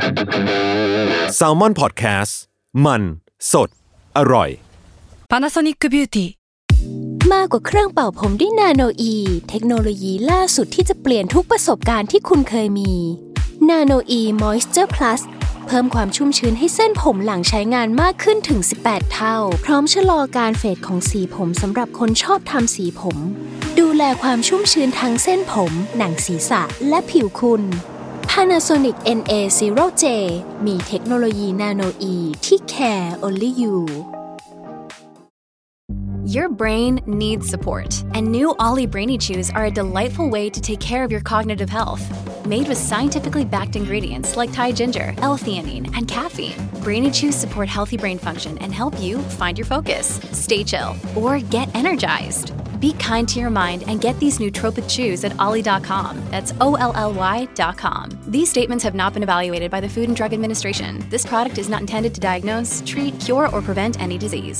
Salmon Podcast มันสดอร่อย Panasonic Beauty มากกว่าเครื่องเป่าผมด้วยนาโนอีเทคโนโลยีล่าสุดที่จะเปลี่ยนทุกประสบการณ์ที่คุณเคยมีนาโนอีมอยส์เจอร์พลัสเพิ่มความชุ่มชื้นให้เส้นผมหลังใช้งานมากขึ้นถึง18เท่าพร้อมชะลอการเฟดของสีผมสำหรับคนชอบทำสีผมดูแลความชุ่มชื้นทั้งเส้นผมหนังศีรษะและผิวคุณ Panasonic NA0J มีเทคโนโลยีนาโนอีที่ care only you Your brain needs support, and new Ollie Brainy Chews are a delightful way to take care of your cognitive health. Made with scientifically backed ingredients like Thai ginger, L-theanine, and caffeine, Brainy Chews support healthy brain function and help you find your focus, stay chill, or get energized. Be kind to your mind and get these nootropic chews at ollie.com. That's OLLY.com. These statements have not been evaluated by the Food and Drug Administration. This product is not intended to diagnose, treat, cure, or prevent any disease.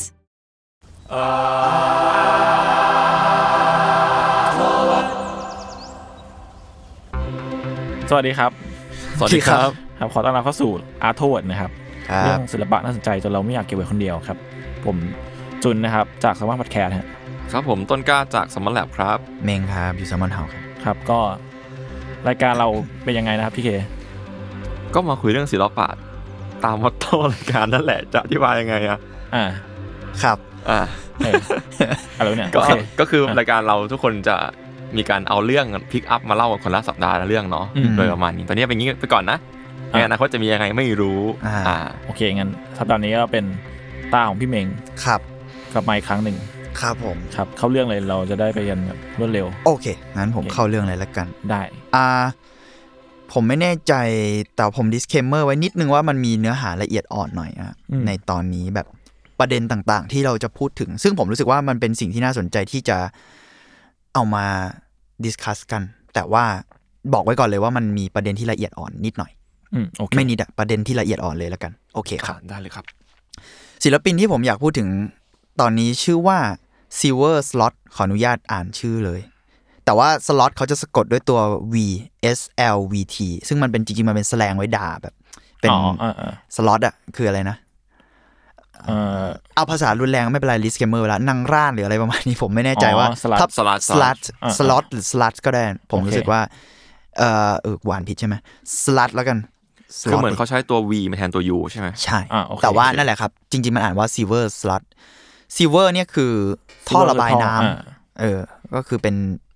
สวัสดีครับสวัสดีครับขอต้อนรับเข้าสู่อาร์ทเวิร์ดนะครับเรื่องศิลปะน่าสนใจจนเราไม่อยากเก็บไว้คนเดียวครับผมจุนนะครับจากสมาร์ทพอดแคสต์ครับผมต้นกล้าจากสมาร์ทแลบครับเมงครับอยู่สมาร์ทเฮาส์ครับก็รายการเราเป็นยังไงนะครับพี่เคก็มาคุยเรื่องศิลปะตามมอตโต้รายการนั่นแหละจะอธิบายยังไงครับอะไรเนี่ยก็คือรายการเราทุกคนจะมีการเอาเรื่องพิกอัพมาเล่าคนละสัปดาห์ละเรื่องเนาะโดยประมาณนี้ตอนนี้เป็นงี้ไปก่อนนะในอนาคตจะมียังไงไม่รู้โอเคงั้นสัปดาห์นี้ก็เป็นตาของพี่เมงครับกลับมาอีกครั้งหนึ่งครับผมครับเข้าเรื่องเลยเราจะได้ไปกันแบบรวดเร็วโอเคงั้นผมเข้าเรื่องเลยละกันได้ผมไม่แน่ใจแต่ผม disclaimer ไว้นิดนึงว่ามันมีเนื้อหาละเอียดอ่อนหน่อยในตอนนี้แบบประเด็นต่างๆที่เราจะพูดถึงซึ่งผมรู้สึกว่ามันเป็นสิ่งที่น่าสนใจที่จะเอามาดิสคัสกันแต่ว่าบอกไว้ก่อนเลยว่ามันมีประเด็นที่ละเอียดอ่อนนิดหน่อยไม่นิดอะประเด็นที่ละเอียดอ่อนเลยแล้วกันโอเคครับได้เลยครับศิลปินที่ผมอยากพูดถึงตอนนี้ชื่อว่า Silver Slot ขออนุญาตอ่านชื่อเลยแต่ว่า Slot เขาจะสะกดด้วยตัว V S L V T ซึ่งมันเป็นจริงๆมันเป็นแสแลงไว้ด่าแบบเป็น Slot อะคืออะไรนะเอาภาษารุนแรงไม่เป็นไรลิสเกมเมอร์แล้วนางร่านหรืออะไรประมาณนี้ผมไม่แน่ใจว่าทับสล็อตหรือสลัดก็ได้ผมรู้สึกว่าหวานผิดใช่ไหมสลัดแล้วกันคือเหมือนเขาใช้ตัว V มาแทนตัว U ใช่ไหมใช่แต่ว่านั่นแหละครับจริงๆมันอ่านว่า Silver Slot Silver เนี่ยคือท่อระบายน้ำก็คือเป็น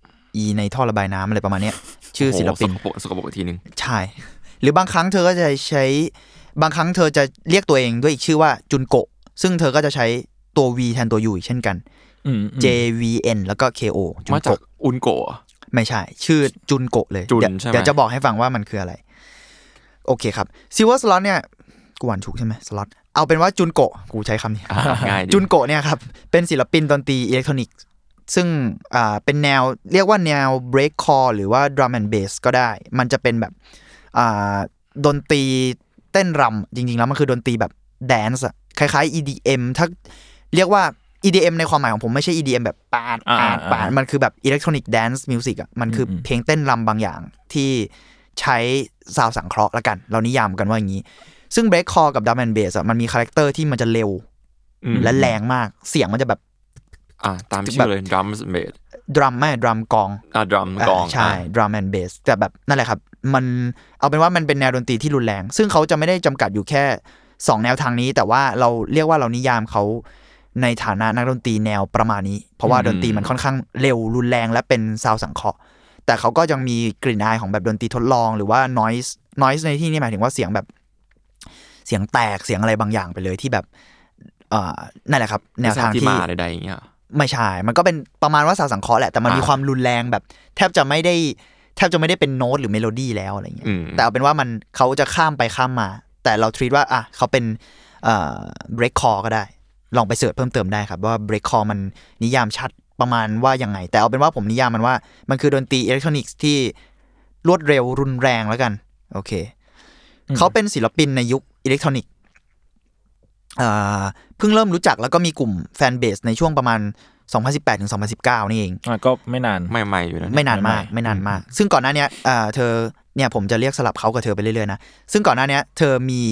E ในท่อระบายน้ำอะไรประมาณนี้ชื่อศิลปินสกปรกอีกทีนึงใช่หรือบางครั้งเธอก็จะใช้บางครั้งเธอจะเรียกตัวเองด้วยอีกชื่อว่าจุนโกะซึ่งเธอก็จะใช้ตัว V แทนตัว U อีกเช่นกัน JVN แล้วก็ KO มาจากอุนโกะไม่ใช่ชื่อจุนโกะเลยเดี๋ยวจะบอกให้ฟังว่ามันคืออะไรโอเคครับ Silver Slot เนี่ยกูอ่านถูกใช่ไหม Slot เอาเป็นว่าจุนโกะกูใช้คำนี้จุนโกะเนี่ยครับเป็นศิลปินดนตรีอิเล็กทรอนิกส์ซึ่งเป็นแนวเรียกว่าแนว breakcore หรือว่า drum and bass ก็ได้มันจะเป็นแบบดนตรีเต้นรำจริงๆแล้วมันคือดนตรีแบบแดนซ์อะคล้ายๆ EDM ถ้าเรียกว่า EDM ในความหมายของผมไม่ใช่ EDM แบบปาดมันคือแบบ Electronic Dance Music อะมันคือเพลงเต้นรำบางอย่างที่ใช้ซาวด์สังเคราะห์ละกันเรานิยามกันว่าอย่างนี้ซึ่ง Breakcore กับ Drum and Bass อะมันมีคาแรคเตอร์ที่มันจะเร็วและแรงมากเสียงมันจะแบบตามชื่อเลย Drum and Bass ดรัมไม่ดรัมกอง drum กองใช่ drum and bass แต่แบบนั่นแหละครับมันเอาเป็นว่ามันเป็นแนวดนตรีที่รุนแรงซึ่งเขาจะไม่ได้จำกัดอยู่แค่2แนวทางนี้แต่ว่าเราเรียกว่าเรานิยามเขาในฐานะนักดนตรีแนวประมาณนี้เพราะว่าดนตรีมันค่อนข้างเร็วรุนแรงและเป็นซาวด์สังเคราะห์แต่เขาก็ยังมีกลิ่นอายของแบบดนตรีทดลองหรือว่า noise ในที่นี้หมายถึงว่าเสียงแบบเสียงแตกเสียงอะไรบางอย่างไปเลยที่แบบนั่นแหละครับแนวทางที่มาใดๆอย่างเงี้ยไม่ใช่มันก็เป็นประมาณว่าซาวด์สังเคราะห์แหละแต่มันมีความรุนแรงแบบแทบจะไม่ได้เป็นโน้ตหรือเมโลดี้แล้วอะไรเงี้ยแต่เอาเป็นว่ามันเขาจะข้ามไปข้ามมาแต่เราทรีตว่าเขาเป็นbreakcore ก็ได้ลองไปเสิร์ชเพิ่มเติมได้ครับว่า breakcore มันนิยามชัดประมาณว่ายังไงแต่เอาเป็นว่าผมนิยามมันว่ามันคือดนตรีอิเล็กทรอนิกส์ที่รวดเร็วรุนแรงแล้วกันโอเคเขาเป็นศิลปินในยุคอิเล็กทรอนิกส์เพิ่งเริ่มรู้จักแล้วก็มีกลุ่มแฟนเบสในช่วงประมาณ2018ถึง2019นี่เองก็ไม่นานใหม่ๆอยู่นะไม่นานมากซึ่งก่อนหน้านี้เธอเนี่ยผมจะเรียกสลับเขากับเธอไปเรื่อยๆนะซึ่งก่อนหน้านี้เธอมี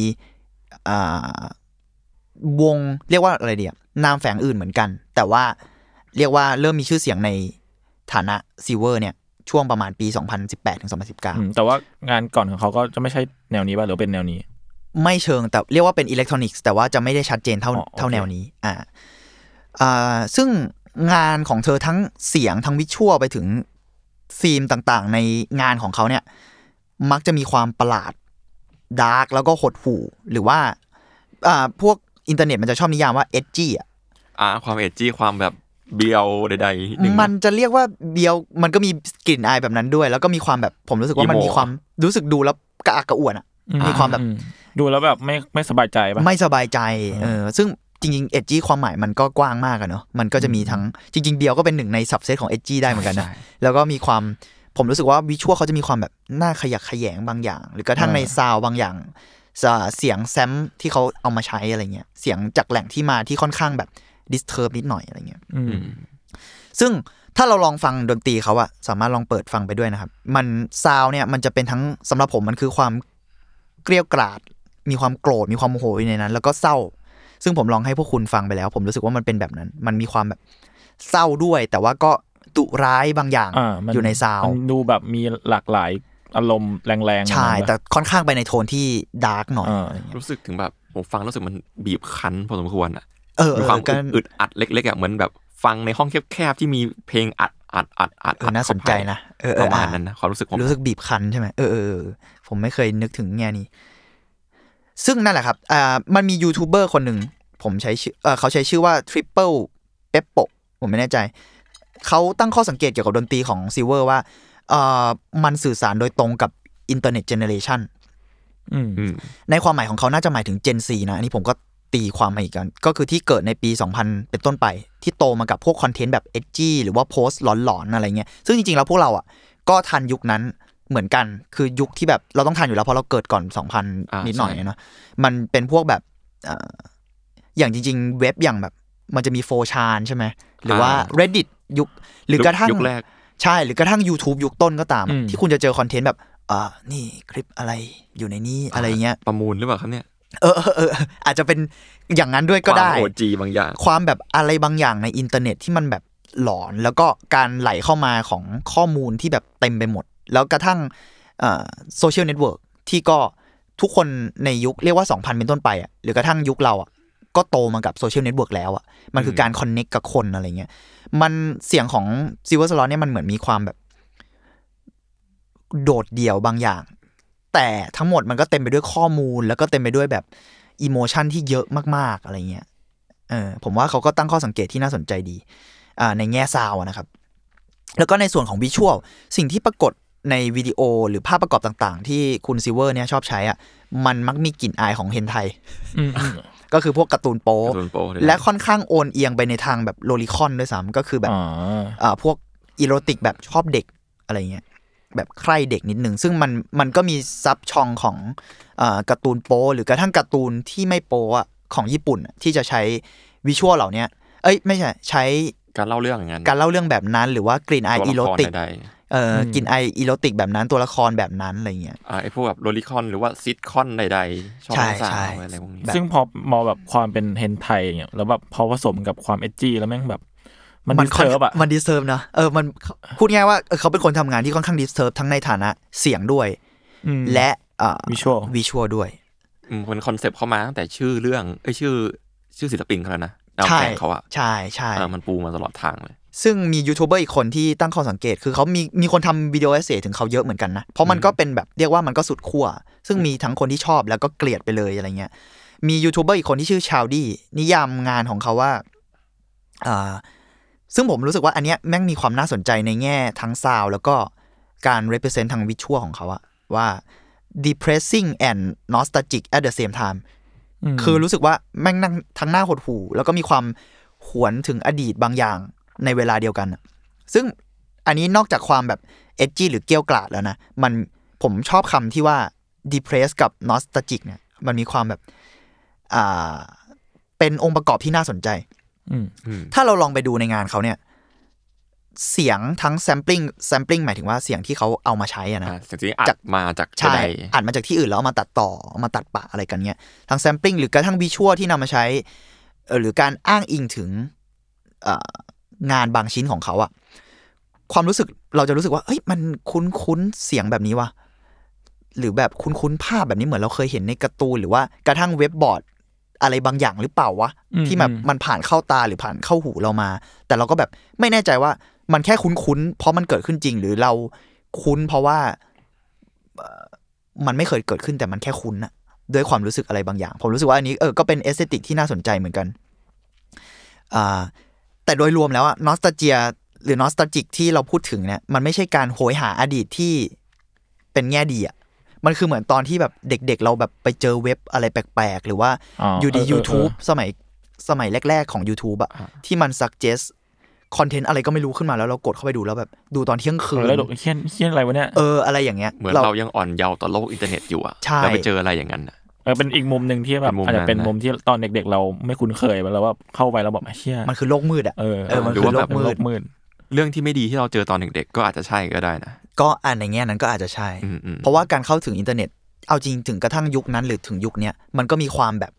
วงเรียกว่าอะไรดีนามแฝงอื่นเหมือนกันแต่ว่าเรียกว่าเริ่มมีชื่อเสียงในฐานะซิลเวอร์เนี่ยช่วงประมาณปี2018ถึง2019 แต่ว่างานก่อนของเขาก็จะไม่ใช่แนวนี้ป่ะหรือเป็นแนวนี้ไม่เชิงแต่เรียกว่าเป็นอิเล็กทรอนิกส์แต่ว่าจะไม่ได้ชัดเจนเท่าแนวนี้ซึ่งงานของเธอทั้งเสียงทั้งวิชวลไปถึงธีมต่างๆในงานของเขาเนี่ยมักจะมีความประหลาดดาร์กแล้วก็หดหู่หรือว่าพวกอินเทอร์เน็ตมันจะชอบนิยามว่าเอดจี้ความเอดจี้ความแบบเบียวใดๆมันจะเรียกว่าเบียวมันก็มีกลิ่นอายแบบนั้นด้วยแล้วก็มีความแบบผมรู้สึกว่ามันมีความรู้สึกดูแล้วกระอักกระอ่วนมีความแบบดูแล้วแบบไม่สบายใจป่ะไม่สบายใจซึ่งจริงๆเอดจี้ความหมายมันก็กว้างมากเนาะมันก็จะมีทั้งจริงๆเบียวก็เป็นหนึ่งในซับเซตของเอดจี้ได้เหมือนกันนะแล้วก็มีความผมรู้สึกว่าวิชวลเขาจะมีความแบบน่าขยักขยงบางอย่างหรือกระทั่งในซาวบางอย่างเสียงแซมที่เขาเอามาใช้อะไรเงี้ยเสียงจากแหล่งที่มาที่ค่อนข้างแบบดิสเทิร์บนิดหน่อยอะไรเงี้ยซึ่งถ้าเราลองฟังดนตรีเขาอะสามารถลองเปิดฟังไปด้วยนะครับมันซาวเนี่ยมันจะเป็นทั้งสำหรับผมมันคือความเกรี้ยวกราดมีความโกรธมีความโมโหอยู่ในนั้นแล้วก็เศร้าซึ่งผมลองให้พวกคุณฟังไปแล้วผมรู้สึกว่ามันเป็นแบบนั้นมันมีความแบบเศร้าด้วยแต่ว่าก็ดุร้ายบางอย่างอยู่ในซาวมันดูแบบมีหลากหลายอารมณ์แรงๆใช่แต่ค่อนข้างไปในโทนที่ดาร์กหน่อยรู้สึกถึงแบบผมฟังรู้สึกมันบีบคั้นพอสมควรมีความอึดอัดเล็กๆเหมือนแบบฟังในห้องแคบๆที่มีเพลงอัดน่าสนใจนะประมาณนั้นนะความรู้สึกผมรู้สึกบีบคั้นใช่ไหมผมไม่เคยนึกถึงแง่นี้ซึ่งนั่นแหละครับมันมียูทูบเบอร์คนหนึ่งผมใช้ชื่อเขาใช้ชื่อว่า Triple Peppo ผมไม่แน่ใจเขาตั้งข้อสังเกตเกี่ยวกับดนตรีของซิลเวอร์ว่ามันสื่อสารโดยตรงกับอินเทอร์เน็ตเจเนเรชันในความหมายของเขาน่าจะหมายถึง Gen Z นะอันนี้ผมก็ตีความมาอีกกันก็คือที่เกิดในปี2000เป็นต้นไปที่โตมากับพวกคอนเทนต์แบบ edgy หรือว่าโพสต์หลอนๆอะไรเงี้ยซึ่งจริงๆแล้วพวกเราก็ทันยุคนั้นเหมือนกันคือยุคที่แบบเราต้องทันอยู่แล้วเพราะเราเกิดก่อน2000นิดหน่อยเนาะมันเป็นพวกแบบอย่างจริงๆเว็บอย่างแบบมันจะมี4chanใช่ไหมหรือว่า Reddit ยุคหรือกระทั่งยุคแรกใช่หรือกระทั่ง YouTube ยุคต้นก็ตามที่คุณจะเจอคอนเทนต์แบบนี่คลิปอะไรอยู่ในนี้อะไรเงี้ยประมูลหรือเปล่าครับเนี่ยอาจจะเป็นอย่างนั้นด้วยก็ได้ความ OG บางอย่างความแบบอะไรบางอย่างในอินเทอร์เน็ตที่มันแบบหลอนแล้วก็การไหลเข้ามาของข้อมูลที่แบบเต็มไปหมดแล้วกระทั่งโซเชียลเน็ตเวิร์กที่ก็ทุกคนในยุคเรียกว่า2000เป็นต้นไปหรือกระทั่งยุคเราก็โตมากับโซเชียลเน็ตเวิร์กแล้วมันคือการคอนเนคกับคนอะไรเงี้ยมันเสียงของ Silver Slot เนี่ยมันเหมือนมีความแบบโดดเดี่ยวบางอย่างแต่ทั้งหมดมันก็เต็มไปด้วยข้อมูลแล้วก็เต็มไปด้วยแบบอิโมชันที่เยอะมากๆอะไรเงี้ยผมว่าเขาก็ตั้งข้อสังเกตที่น่าสนใจดีในแง่ซาวนะครับแล้วก็ในส่วนของวิชวลสิ่งที่ปรากฏในวิดีโอหรือภาพประกอบต่างๆที่คุณซิลเวอร์เนี่ยชอบใช้มันมักมีกลิ่นอายของเฮนไทก็คือพวกการ์ตูนโป๊และค่อนข้างโอนเอียงไปในทางแบบโลลิคอนด้วยซ้ำก็คือแบบพวกอีโรติกแบบชอบเด็กอะไรเงี้ยแบบใคร่เด็กนิดนึงซึ่งมันก็มีซับช่องของการ์ตูนโป๊หรือกระทั่งการ์ตูนที่ไม่โป๊ของญี่ปุ่นที่จะใช้วิชวลเหล่านี้ไม่ใช่ใช้การเล่าเรื่องอย่างนั้นการเล่าเรื่องแบบนั้นหรือว่ากลิ่นอายอีโรติกกลิ่นอายอีโรติกแบบนั้นตัวละครแบบนั้นอะไรเงี้ยไอ้พวกแบบโลลิคอนหรือว่าซิทคอนใดๆชอบสาวอะไรพวกนี้ซึ่งพอมองแบบความเป็นเฮนไทอย่างเงี้ยแล้วแบบพอผสมกับความเอดจี้แล้วแม่งแบบมันดิสเทิร์บมันดิสเทิร์บนะมันพูดง่ายว่าเขาเป็นคนทำงานที่ค่อนข้างดิสเทิร์บทั้งในฐานะเสียงด้วยและวิชวลด้วยเป็นคอนเซปต์เข้ามาตั้งแต่ชื่อเรื่องชื่อศิลปินเขาแล้วนะแนวแฝงเขาใช่มันปูมาตลอดทางเลยซึ่งมียูทูบเบอร์อีกคนที่ตั้งข้อสังเกตคือเขามีคนทำวิดีโอเอเซถึงเขาเยอะเหมือนกันนะเพราะมันก็เป็นแบบเรียกว่ามันก็สุดขั้วซึ่งมีทั้งคนที่ชอบแล้วก็เกลียดไปเลยอะไรเงี้ยมียูทูบเบอร์อีกคนที่ชื่อชาวดี้นิยามงานของเขาว่าซึ่งผมรู้สึกว่าอันเนี้ยแม่งมีความน่าสนใจในแง่ทั้งซาวด์แล้วก็การ represent ทางวิชวลของเขาว่า depressing and nostalgic at the same time คือรู้สึกว่าแม่งนั่งทั้งหน้าหดหู่แล้วก็มีความหวนถึงอดีตบางอย่างในเวลาเดียวกันซึ่งอันนี้นอกจากความแบบ edgy หรือเกรี้ยวกราดแล้วนะผมชอบคำที่ว่า depress กับ nostalgic เนี่ยมันมีความแบบเป็นองค์ประกอบที่น่าสนใจถ้าเราลองไปดูในงานเขาเนี่ยเสียงทั้ง sampling หมายถึงว่าเสียงที่เขาเอามาใช้อะนะเสียงที่อัดมาจากใช่อัดมาจากที่อื่นแล้วเอามาตัดต่อมาตัดปะอะไรกันเงี้ยทั้ง sampling หรือกระทั่งวิชวลที่นำมาใช้หรือการอ้างอิงถึงงานบางชิ้นของเขาอะความรู้สึกเราจะรู้สึกว่าเฮ้ยมันคุ้นเสียงแบบนี้วะหรือแบบคุ้นภาพแบบนี้เหมือนเราเคยเห็นในการ์ตูนหรือว่ากระทั่งเว็บบอร์ดอะไรบางอย่างหรือเปล่าวะที่แบบมันผ่านเข้าตาหรือผ่านเข้าหูเรามาแต่เราก็แบบไม่แน่ใจว่ามันแค่คุ้นเพราะมันเกิดขึ้นจริงหรือเราคุ้นเพราะว่ามันไม่เคยเกิดขึ้นแต่มันแค่คุ้นอะด้วยความรู้สึกอะไรบางอย่างผมรู้สึกว่าอันนี้ก็เป็นเอสเธติกที่น่าสนใจเหมือนกันแต่โดยรวมแล้วอะนอสตาเจียหรือนอสตาจิกที่เราพูดถึงเนี่ยมันไม่ใช่การโหยหาอดีตที่เป็นแง่ดีอะมันคือเหมือนตอนที่แบบเด็กๆเราแบบไปเจอเว็บอะไรแปลกๆหรือว่าอยู่ใน YouTube สมัยแรกๆของ YouTube อะที่มัน suggest คอนเทนต์อะไรก็ไม่รู้ขึ้นมาแล้วเรากดเข้าไปดูแล้วแบบดูตอนเที่ยงคืนแล้วเขียนอะไรวะเนี่ยอะไรอย่างเงี้ยเหมือนเรายังอ่อนเยาว์ต่อโลกอินเทอร์เน็ตอยู่อะแล้วไปเจออะไรอย่างนั้นเป็นอีกมุมนึงที่แบบอาจจะเป็นมุมที่ตอนเด็กๆเราไม่คุ้นเคยแล้วว่าเข้าไปแล้วแบบเชี่ยมันคือโลกมืดอะมันคือโลกมืดเรื่องที่ไม่ดีที่เราเจอตอนเด็กๆก็อาจจะใช่ก็ได้นะก็ในแง่นั้นก็อาจจะใช่เพราะว่าการเข้าถึงอินเทอร์เน็ตเอาจริงถึงกระทั่งยุคนั้นหรือถึงยุคนี้มันก็มีความแบบ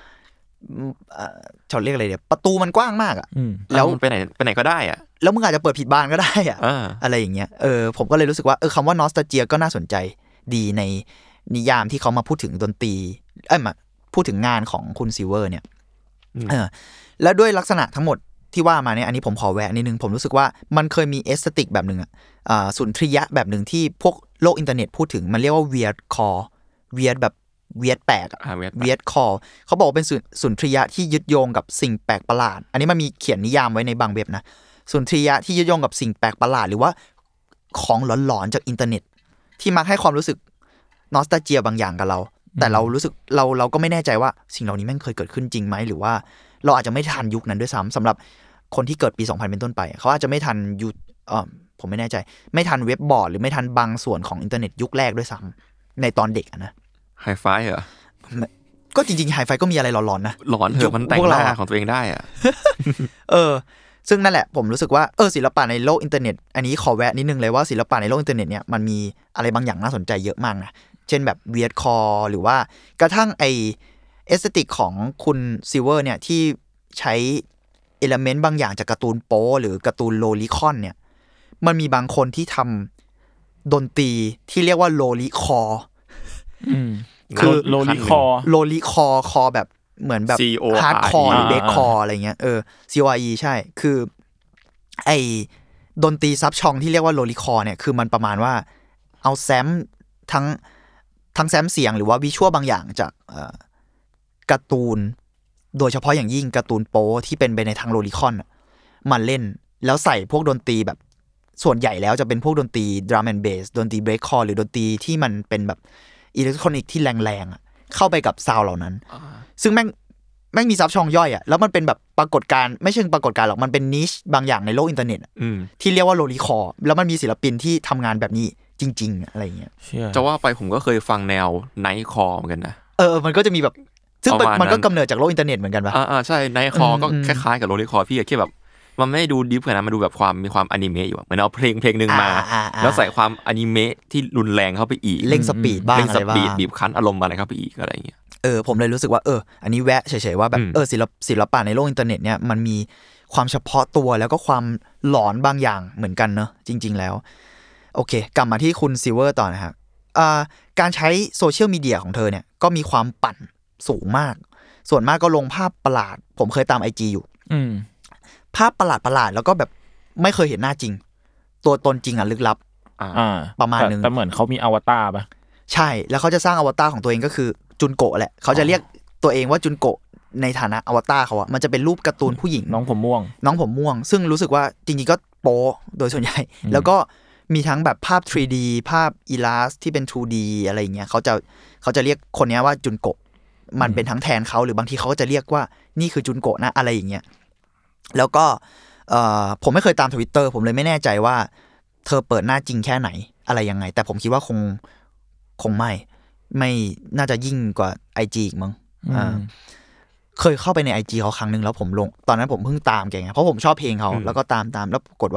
เขาเรียกอะไรเนี่ยประตูมันกว้างมากอ่ะแล้วไปไหนก็ได้อ่ะแล้วมึงอาจจะเปิดผิดบานก็ได้อ่ะอะไรอย่างเงี้ยผมก็เลยรู้สึกว่าคำว่านอสตาเจียก็น่าสนใจดีในนิยามที่เขามาพูดถึงดนตรีมาพูดถึงงานของคุณซิลเวอร์เนี่ยแล้วด้วยลักษณะทั้งหมดที่ว่ามาเนี่ยอันนี้ผมขอแวะนิดนึงผมรู้สึกว่ามันเคยมีเอสเธติกแบบนึงสุนทรียะแบบนึงที่พวกโลกอินเทอร์เน็ตพูดถึงมันเรียกว่า weird core weird แบบ weird แปลกweird core เขาบอกเป็นสุนทรียะที่ยึดโยงกับสิ่งแปลกประหลาดอันนี้มันมีเขียนนิยามไว้ในบางเว็บนะสุนทรียะที่ยึดโยงกับสิ่งแปลกประหลาดหรือว่าของหลอนๆจากอินเทอร์เน็ตที่มักให้ความรู้สึกนอสตาเจียบางอย่างกับเราแต่เรารู้สึกเราก็ไม่แน่ใจว่าสิ่งเหล่านี้แม่งเคยเกิดขึ้นจริงไหมหรือว่าเราอาจจะไม่ทันยุคนั้นด้วยซ้ำสำหรับคนที่เกิดปี2000เป็นต้นไปเขาอาจจะไม่ทันผมไม่แน่ใจไม่ทันเว็บบอร์ดหรือไม่ทันบางส่วนของอินเทอร์เน็ตยุคแรกด้วยซ้ำในตอนเด็กนะไฮไฟเหรอก็จริงๆไฮไฟก็มีอะไรหลอนๆนะหลอนเถอะมันแต่งหน้าของตัวเองได้อะซึ่งนั่นแหละผมรู้สึกว่าศิลปะในโลกอินเทอร์เน็ตอันนี้ขอแวะนิดนึงเลยว่าศิลปะในโลกอินเทอร์เน็ตเนี่ยมันมีอะไรบางอย่างน่าสนใจเยอะมากนะเช่นแบบเวียดคอร์หรือว่ากระทั่งเอสเธติกของคุณซิลเวอร์เนี่ยที่ใช้เอลิเมนต์บางอย่างจากการ์ตูนโป๊หรือการ์ตูนโลลิคอนเนี่ยมันมีบางคนที่ทำดนตรีที่เรียกว่าโลลิคอร์คือโลลิคอร์แบบเหมือนแบบฮาร์ดคอร์หรือเบสคอร์อะไรเงี้ยCORE ใช่คือไอ้ดนตรีซับช่องที่เรียกว่าโลลิคอร์เนี่ยคือมันประมาณว่าเอาแซมทั้งแซมเสียงหรือว่าวิชวลบางอย่างจากการ์ตูนโดยเฉพาะอย่างยิ่งการ์ตูนโป๊ที่เป็นไปในทางโลลิคอนมันเล่นแล้วใส่พวกดนตรีแบบส่วนใหญ่แล้วจะเป็นพวกดนตรีดรัมแอนด์เบสดนตรีเบรกคอร์หรือดนตรีที่มันเป็นแบบอิเล็กทรอนิกส์ที่แรงๆเข้าไปกับซาวด์เหล่านั้นซึ่งแม่งมีซับช่องย่อยแล้วมันเป็นแบบปรากฏการณ์ไม่เชิงปรากฏการณ์หรอกมันเป็นนิชบางอย่างในโลกอินเทอร์เน็ตที่เรียกว่าโลลิคอร์แล้วมันมีศิลปินที่ทำงานแบบนี้จริงๆอะไรเงี้ยจะว่าไปผมก็เคยฟังแนวไนท์คอร์เหมือนกันนะมันก็จะมีแบบซึ่งมันก็กำเนิดจากโลกอินเทอร์เน็ตเหมือนกันป่ะใช่ไนท์คอร์ก็คล้ายๆกับโลลิคอร์พี่แค่แบบมันไม่ดูดิฟขนาดนั้นมันดูแบบมีความอนิเมะอยู่เหมือนเอาเพลงนึงมาแล้วใส่ความอนิเมะที่รุนแรงเข้าไปอีกเร่งสปีดบ้างเร่งสปีดบีบคั้นอารมณ์อะไรเข้าไปอีกอะไรอย่างเงี้ยผมเลยรู้สึกว่าอันนี้แวะเฉยๆว่าแบบศิลปะในโลกอินเทอร์เน็ตเนี่ยมันมีความเฉพาะตัวแล้วก็ความหลอนบางอย่างเหมือนกันเนอะจริงๆแล้วโอเคกลับมาที่คุณซิลเวอร์ต่อนะครับการใช้โซเชียลมีเดียของเธอเนี่ยก็มีความปั่นสูงมากส่วนมากก็ลงภาพประหลาดผมเคยตาม IG อยู่ภาพประหลาดแล้วก็แบบไม่เคยเห็นหน้าจริงตัวตนจริงลึกลับประมาณนึงแต่เหมือนเขามีอวตารป่ะใช่แล้วเขาจะสร้างอวตารของตัวเองก็คือจุนโกะแหละเขาจะเรียกตัวเองว่าจุนโกะในฐานะอวตารเขามันจะเป็นรูปการ์ตูนผู้หญิงน้องผมม่วงซึ่งรู้สึกว่าจริงๆก็โป๊โดยส่วนใหญ่แล้วก็มีทั้งแบบภาพ 3D ภาพอีลาสที่เป็น 2D อะไรอย่างเงี้ยเขาจะเรียกคนนี้ว่าจุนโกะมันเป็นทั้งแทนเขาหรือบางทีเขาก็จะเรียกว่านี่คือจุนโกะนะอะไรอย่างเงี้ยแล้วก็ผมไม่เคยตาม Twitter ผมเลยไม่แน่ใจว่าเธอเปิดหน้าจริงแค่ไหนอะไรยังไงแต่ผมคิดว่าคงไม่น่าจะยิ่งกว่า IG อีกมั้งเคยเข้าไปใน IG เขาครั้งนึงแล้วผมลงตอนนั้นผมเพิ่งตามแกไงเพราะผมชอบเพลงเขาแล้วก็ตามแล้วปรากฏว่า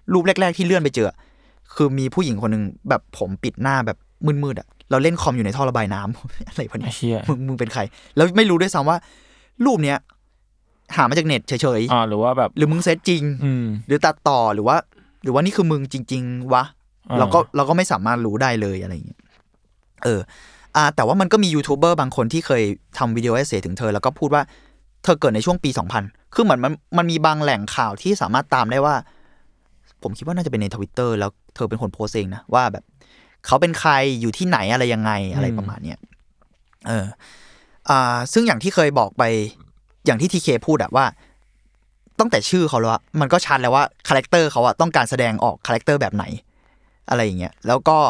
รูปแรกๆที่เลื่อนไปเจอคือมีผู้หญิงคนนึงแบบผมปิดหน้าแบบมืดๆอ่ะเราเล่นคอมอยู่ในท่อระบายน้ำ อะไรพวกนี้มึงเป็นใครแล้วไม่รู้ด้วยซ้ำว่ารูปเนี้ยหามาจากเน็ตเฉยๆหรือว่าแบบหรือมึงเซตจริงหรือตัดต่อหรือว่านี่คือมึงจริงๆวะเราก็ไม่สามารถรู้ได้เลยอะไรอย่างเงี้ยแต่ว่ามันก็มียูทูบเบอร์บางคนที่เคยทำวิดีโอเอเซถึงเธอแล้วก็พูดว่าเธอเกิดในช่วงปี2000คือเหมือนมันมีบางแหล่งข่าวที่สามารถตามได้ว่าผมคิดว่าน่าจะเป็นใน Twitter แล้วเธอเป็นคนโพสต์เองนะว่าแบบเขาเป็นใครอยู่ที่ไหนอะไรยังไงอะไรประมาณเนี้ยซึ่งอย่างที่เคยบอกไปอย่างที่ทีเคพูดอะว่าตั้งแต่ชื่อเขาแล้วมันก็ชัดแล้วว่าคาแรคเตอร์เขาอะต้องการแสดงออกคาแรคเตอร์แบบไหนอะไรอย่างเงี้ยแล้วก็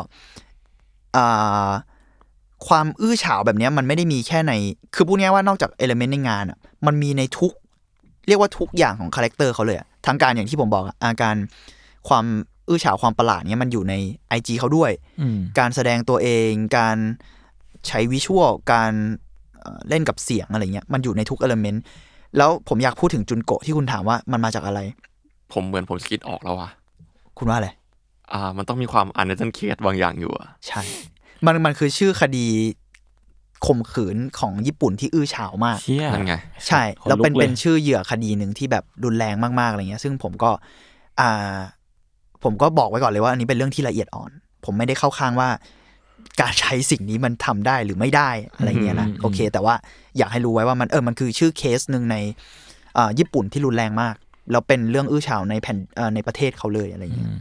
ความอื้อฉาวแบบนี้มันไม่ได้มีแค่ในคือพูดง่ายว่านอกจากเอลิเมนต์ในงานอ่ะมันมีในทุกเรียกว่าทุกอย่างของคาแรคเตอร์เขาเลยอ่ะทั้งการอย่างที่ผมบอกอาการความอื้อฉาวความประหลาดเนี้ยมันอยู่ใน IG เขาด้วยการแสดงตัวเองการใช้วิชวลการเล่นกับเสียงอะไรเงี้ยมันอยู่ในทุกเอลิเมนต์แล้วผมอยากพูดถึงจุนโกะที่คุณถามว่ามันมาจากอะไรผมเหมือนผมคิดออกแล้วว่ะคุณว่าอะไรมันต้องมีความอันเดอร์เคสบางอย่างอยู่ใช่มันคือชื่อคดีข่มขืนของญี่ปุ่นที่อื้อฉาวมากนั่นไงใช่แล้วเป็นชื่อเหยื่อคดีหนึ่งที่แบบรุนแรงมากๆอะไรเงี้ยซึ่งผมก็บอกไว้ก่อนเลยว่าอันนี้เป็นเรื่องที่ละเอียดอ่อนผมไม่ได้เข้าข้างว่าการใช้สิ่งนี้มันทำได้หรือไม่ได้อะไรเงี้ยนะโอเคแต่ว่าอยากให้รู้ไว้ว่ามันคือชื่อเคสนึงในญี่ปุ่นที่รุนแรงมากแล้วเป็นเรื่องอื้อฉาวในประเทศเขาเลยอะไรเงี้ย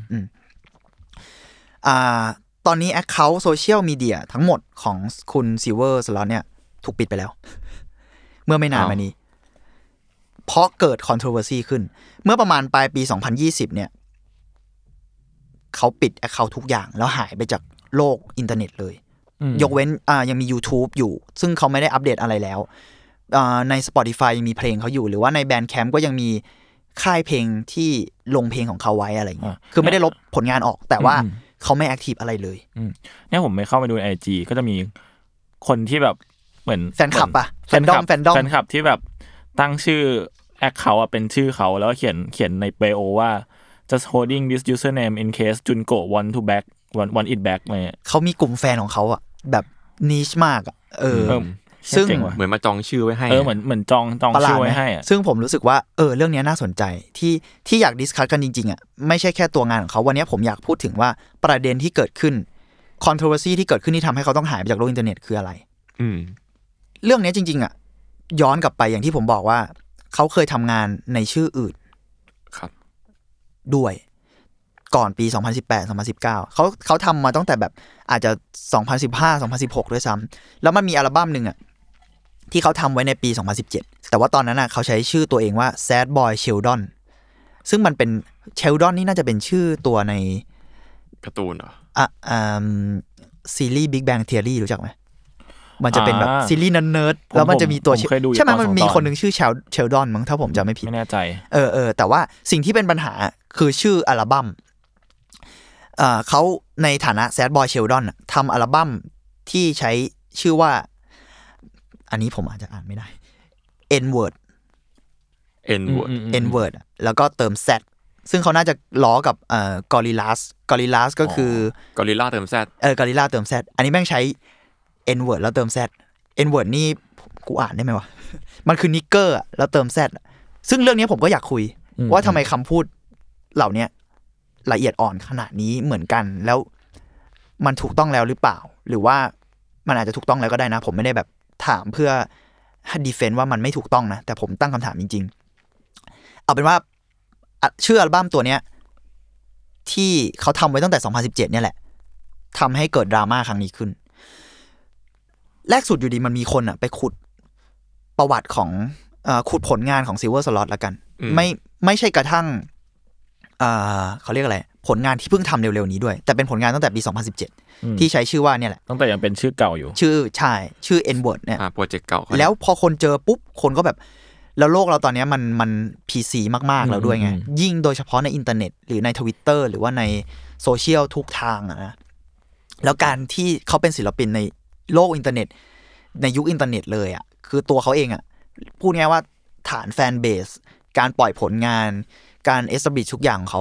ตอนนี้ account social media ทั้งหมดของคุณ Silver Slot เนี่ยถูกปิดไปแล้วเมื่อไม่นานมานี้เพราะเกิด controversy ขึ้นเมื่อประมาณปลายปี2020เนี่ยเขาปิด account ทุกอย่างแล้วหายไปจากโลกอินเทอร์เน็ตเลยยกเว้นยังมี YouTube อยู่ซึ่งเขาไม่ได้อัปเดตอะไรแล้วใน Spotify ยังมีเพลงเขาอยู่หรือว่าใน Bandcamp ก็ยังมีค่ายเพลงที่ลงเพลงของเขาไว้อะไรอย่างเงี้ยคือไม่ได้ลบผลงานออกแต่ว่าเขาไม่แอคทีฟอะไรเลยเนี่ยผมไปเข้าไปดูใน IG ก็จะมีคนที่แบบเหมือนแฟนคลับแฟนดอมแฟนคลับที่แบบตั้งชื่อแอคเขาเป็นชื่อเขาแล้วเขียนในไบโอว่า just holding this username in case Junko want it back อะไรเขามีกลุ่มแฟนของเขาแบบนิชมากซึ่งเหมือนมาจองชื่อไว้ให้เหมือนจองชื่อไว้ให้ซึ่งผมรู้สึกว่าเรื่องนี้น่าสนใจที่อยากดิสคัสกันจริงๆไม่ใช่แค่ตัวงานของเขาวันนี้ผมอยากพูดถึงว่าประเด็นที่เกิดขึ้น controversy ที่เกิดขึ้นที่ทำให้เขาต้องหายไปจากโลกอินเทอร์เน็ตคืออะไรเรื่องนี้จริงๆย้อนกลับไปอย่างที่ผมบอกว่าเขาเคยทำงานในชื่ออื่นครับด้วยก่อนปี2018 2019เขาทำมาตั้งแต่แบบอาจจะ2015 2016ด้วยซ้ำแล้วมันมีอัลบั้มนึงที่เขาทำไว้ในปี2017แต่ว่าตอนนั้นเขาใช้ชื่อตัวเองว่า Sad Boy Sheldon ซึ่งมันเป็น Sheldon นี่น่าจะเป็นชื่อตัวในการ์ตูนเหรอซีรีส์ Big Bang Theory รู้จักไหมมันจะเป็นแบบซีรีส์เนิร์ดแล้วมันจะมีตัวใช่ไหมมันมีคนหนึ่งชื่อSheldonมั้งถ้าผมจำไม่ผิดไม่แน่ใจแต่ว่าสิ่งที่เป็นปัญหาคือชื่ออัลบั้มเขาในฐานะ Sad Boy Sheldon ทำอัลบั้มที่ใช้ชื่อว่าอันนี้ผมอาจจะอ่านไม่ได้ N-word แล้วก็เติม Z ซึ่งเขาน่าจะล้อกับGorillaz ก็คือ Gorilla เติม Z Gorilla เติม Z อันนี้แม่งใช้ N-word แล้วเติม Z N-word นี่กูอ่านได้ไหมวะมันคือ nigger แล้วเติม Z ซึ่งเรื่องนี้ผมก็อยากคุยว่าทำไมคำพูดเหล่านี้ละเอียดอ่อนขนาดนี้เหมือนกันแล้วมันถูกต้องแล้วหรือเปล่าหรือว่ามันอาจจะถูกต้องแล้วก็ได้นะผมไม่ได้แบบถามเพื่อดีเฟนส์ว่ามันไม่ถูกต้องนะแต่ผมตั้งคำถามจริงๆเอาเป็นว่าชื่ออัลบั้มตัวเนี้ยที่เขาทำไว้ตั้งแต่2017เนี่ยแหละทำให้เกิดดราม่าครั้งนี้ขึ้นแรกสุดอยู่ดีมันมีคนไปขุดประวัติของขุดผลงานของ Silver Slot ละกันไม่ใช่กระทั่งเขาเรียกอะไรผลงานที่เพิ่งทำเร็วๆนี้ด้วยแต่เป็นผลงานตั้งแต่ปี2017ที่ใช้ชื่อว่าเนี่ยแหละตั้งแต่ยังเป็นชื่อเก่าอยู่ชื่อ N-word เนี่ยโปรเจกต์เก่าแล้วพอคนเจอปุ๊บคนก็แบบแล้วโลกเราตอนนี้มัน PC มากๆแล้วด้วยไงยิ่งโดยเฉพาะในอินเทอร์เน็ตหรือใน Twitter หรือว่าในโซเชียลทุกทางนะแล้วการที่เขาเป็นศิลปินในโลกอินเทอร์เน็ตในยุคอินเทอร์เน็ตเลยคือตัวเขาเองพูดง่ายว่าฐานแฟนเบสการปล่อยผลงานการเอสบิชทุกอย่างของเขา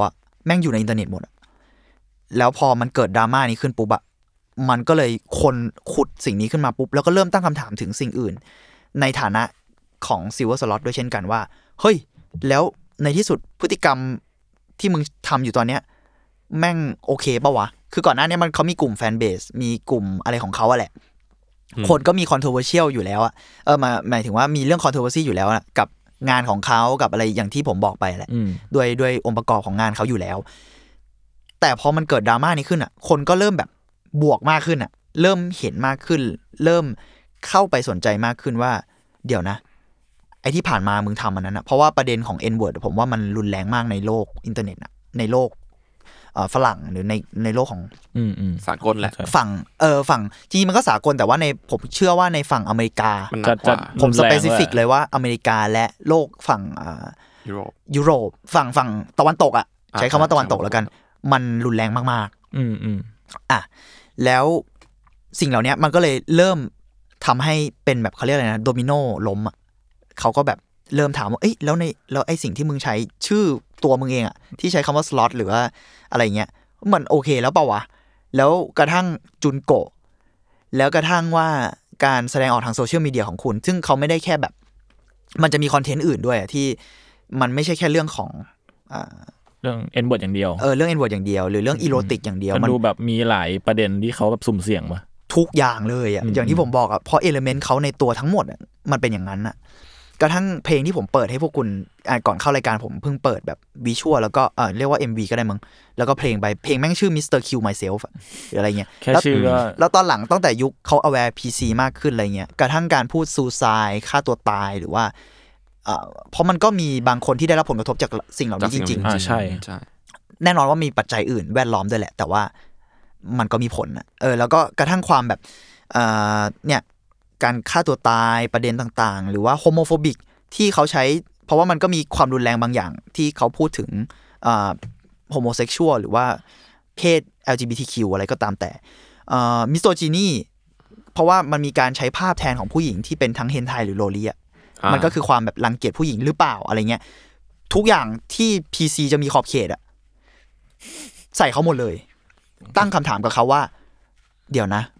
แม่งอยู่ในอินเทอร์เน็ตหมดแล้วพอมันเกิดดราม่านี้ขึ้นปุ๊บอะมันก็เลยคนขุดสิ่งนี้ขึ้นมาปุ๊บแล้วก็เริ่มตั้งคำถามถึงสิ่งอื่นในฐานะของ Silver Slot ด้วยเช่นกันว่าเฮ้ยแล้วในที่สุดพฤติกรรมที่มึงทำอยู่ตอนเนี้ยแม่งโอเคป่ะวะคือก่อนหน้านี้เขามีกลุ่มแฟนเบสมีกลุ่มอะไรของเขาแหละคนก็มี controversial อยู่แล้วอะหมายถึงว่ามีเรื่อง controversy อยู่แล้วอะกับงานของเขากับอะไรอย่างที่ผมบอกไปแหละด้วยองค์ประกอบของงานเขาอยู่แล้วแต่พอมันเกิดดราม่านี้ขึ้นอะคนก็เริ่มแบบบวกมากขึ้นอะเริ่มเห็นมากขึ้นเริ่มเข้าไปสนใจมากขึ้นว่าเดี๋ยวนะไอ้ที่ผ่านมามึงทำมันนั้นอะเพราะว่าประเด็นของ N-word ผมว่ามันรุนแรงมากในโลกอินเทอร์เน็ตอะในโลกฝรั่งหรือในโลกของสากลแหละฝั่งจริงๆมันก็สากลแต่ว่าในผมเชื่อว่าในฝั่งอเมริกาผมสเปซิฟิกเลยว่าอเมริกาและโลกฝั่งยุโรปฝั่งตะวันตกอ่ะใช้คำว่าตะวันตกแล้วกันมันรุนแรงมากๆแล้วสิ่งเหล่านี้มันก็เลยเริ่มทำให้เป็นแบบเขาเรียกอะไรนะโดมิโนล้มอ่ะเขาก็แบบเริ่มถามว่าเอ้ยแล้วไอ้สิ่งที่มึงใช้ชื่อตัวมึงเองอ่ะที่ใช้คำว่าสล็อตหรือว่าอะไรเงี้ยมันโอเคแล้วเปล่าวะแล้วกระทั่งจุนโกะแล้วกระทั่งว่าการแสดงออกทางโซเชียลมีเดียของคุณซึ่งเขาไม่ได้แค่แบบมันจะมีคอนเทนต์อื่นด้วยที่มันไม่ใช่แค่เรื่องของเรื่อง N-word อย่างเดียวเรื่อง N-word อย่างเดียวหรือเรื่องอีโรติกอย่างเดียวมันดูแบบมีหลายประเด็นที่เขาแบบสุ่มเสี่ยงมาทุกอย่างเลยอ่ะอย่างที่ผมบอกอ่ะเพราะเอลิเมนต์เขาในตัวทั้งหมดมันเป็นอย่างนั้นอ่ะกระทั่งเพลงที่ผมเปิดให้พวกคุณก่อนเข้ารายการผมเพิ่งเปิดแบบวิชวลแล้วก็เรียกว่า MV ก็ได้มั้งแล้วก็เพลงแม่งชื่อ Mr. Kill Myself หรืออะไรเงี้ยแค่ชื่อก็แล้วตอนหลังตั้งแต่ยุคเขา aware PC มากขึ้นอะไรเงี้ยกระทั่งการพูด suicide ฆ่าตัวตายหรือว่าเพราะมันก็มีบางคนที่ได้รับผลกระทบจากสิ่งเหล่านี้จริงๆใช่แน่นอนว่ามีปัจจัยอื่นแวดล้อมด้วยแหละแต่ว่ามันก็มีผลแล้วก็กระทั่งความแบบเนี่ยการฆ่าตัวตายประเด็นต่างๆหรือว่าโฮโมโฟบิกที่เขาใช้เพราะว่ามันก็มีความรุนแรงบางอย่างที่เขาพูดถึงโฮโมเซ็กชวลหรือว่าเพศ LGBTQ อะไรก็ตามแต่มิโซจินีเพราะว่ามันมีการใช้ภาพแทนของผู้หญิงที่เป็นทั้งเฮนไทหรือโรลีอ่ะมันก็คือความแบบรังเกียจผู้หญิงหรือเปล่าอะไรเงี้ยทุกอย่างที่ PC จะมีขอบเขตอ่ะใส่เขาหมดเลยตั้งคำถามกับเขาว่าเดี๋ยวนะ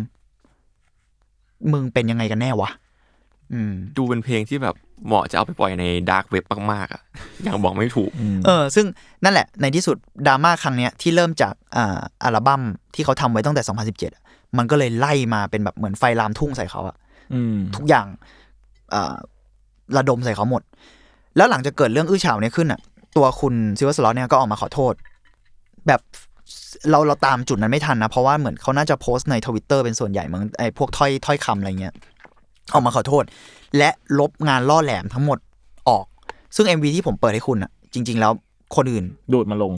มึงเป็นยังไงกันแน่วะดูเป็นเพลงที่แบบเหมาะจะเอาไปปล่อยในดาร์กเว็บมากๆอ่ะยังบอกไม่ถูกซึ่งนั่นแหละในที่สุดดราม่าครั้งเนี้ยที่เริ่มจากอัลบั้มที่เขาทำไว้ตั้งแต่2017มันก็เลยไล่มาเป็นแบบเหมือนไฟลามทุ่งใส่เขาอ่ะทุกอย่างระดมใส่เขาหมดแล้วหลังจากเกิดเรื่องอื้อฉาวนี้ขึ้นอ่ะตัวคุณซิลเวอร์สล็อตเนี่ยก็ออกมาขอโทษแบบเราตามจุดนั้นไม่ทันนะเพราะว่าเหมือนเขาน่าจะโพสต์ใน Twitter เป็นส่วนใหญ่มั้งไอ้พวกถ้อยคำอะไรเงี้ยออกมาขอโทษและลบงานล่อแหลมทั้งหมดออกซึ่ง MV ที่ผมเปิดให้คุณอ่ะจริงๆแล้วคนอื่นดูดมาลง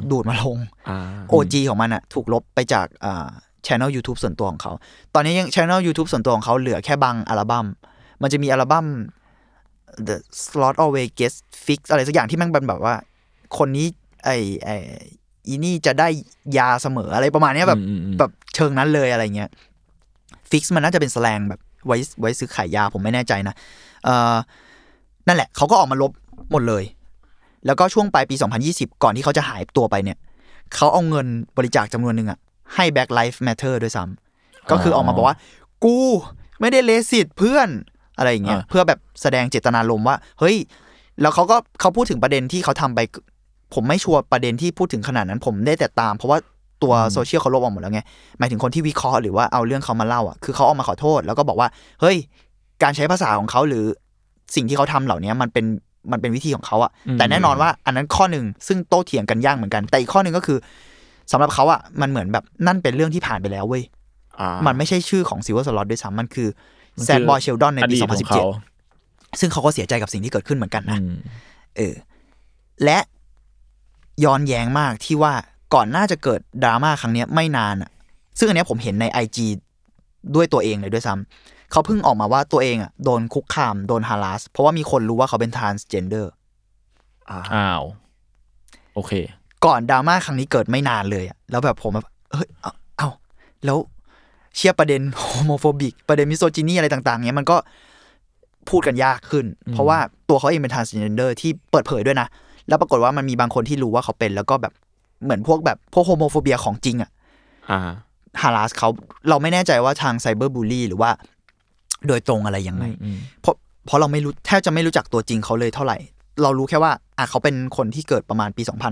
OG ของมันอ่ะถูกลบไปจากchannel YouTube ส่วนตัวของเขาตอนนี้ยัง channel YouTube ส่วนตัวของเขาเหลือแค่บางอัลบั้มมันจะมีอัลบั้ม The Slot Always Gets Fix อะไรสักอย่างที่มันแบบว่าคนนี้อีนี่จะได้ยาเสมออะไรประมาณนี้แบบเชิงนั้นเลยอะไรเงี้ย Fix มันน่าจะเป็นแสลงแบบไว้ซื้อขายยาผมไม่แน่ใจนะนั่นแหละเขาก็ออกมาลบหมดเลยแล้วก็ช่วงปลายปี2020ก่อนที่เขาจะหายตัวไปเนี่ยเขาเอาเงินบริจาคจำนวนนึงอ่ะให้ Black Lives Matter ด้วยซ้ำก็คือออกมาบอกว่ากูไม่ได้เลสิตเพื่อนอะไรอย่างเงี้ยเพื่อแบบแสดงเจตนารมณ์ว่าเฮ้ยแล้วเขาพูดถึงประเด็นที่เขาทำไปผมไม่ชัวร์ประเด็นที่พูดถึงขนาดนั้นผมได้แต่ตามเพราะว่าตัวโซเชียลเขาลบออกหมดแล้วไงหมายถึงคนที่วิเคราะห์หรือว่าเอาเรื่องเขามาเล่าอ่ะคือเขาออกมาขอโทษแล้วก็บอกว่าเฮ้ยการใช้ภาษาของเขาหรือสิ่งที่เขาทำเหล่านี้มันเป็นวิธีของเขาอ่ะแต่แน่นอนว่าอันนั้นข้อนึงซึ่งโต้เถียงกันยากเหมือนกันแต่อีกข้อนึงก็คือสำหรับเขาอ่ะมันเหมือนแบบนั่นเป็นเรื่องที่ผ่านไปแล้วเว้ยมันไม่ใช่ชื่อของ Silver Slot ด้วยซ้ำมันคือ Sad Boy Sheldon ในปี2017ซึ่งเขาก็เสียใจกับสิ่งที่เกิดขึ้นเหมือนกันนะและย้อนแย้งมากที่ว่าก่อนน่าจะเกิดดราม่าครั้งนี้ไม่นานอ่ะซึ่งอันนี้ผมเห็นใน IG ด้วยตัวเองเลยด้วยซ้ำเขาเพิ่งออกมาว่าตัวเองอ่ะโดนคุกคามโดนฮาราสเพราะว่ามีคนรู้ว่าเขาเป็น transgender อ้าวโอเคก่อนดราม่าครั้งนี้เกิดไม่นานเลยอ่ะแล้วแบบผมแบบเฮ้ยเอ้าแล้วเชื่อประเด็นโฮโมโฟบิกประเด็นมิโซจินีอะไรต่างๆเนี้ยมันก็พูดกันยากขึ้นเพราะว่าตัวเขาเองเป็น transgender ที่เปิดเผยด้วยนะแล้วปรากฏว่ามันมีบางคนที่รู้ว่าเขาเป็นแล้วก็แบบเหมือนพวกแบบพวกโฮโมโฟเบียของจริงอ่ะฮาราสเขาเราไม่แน่ใจว่าทางไซเบอร์บูลลี่หรือว่าโดยตรงอะไรยังไงเพราะเราไม่รู้แทบจะไม่รู้จักตัวจริงเขาเลยเท่าไหร่เรารู้แค่ว่าเขาเป็นคนที่เกิดประมาณปี 2000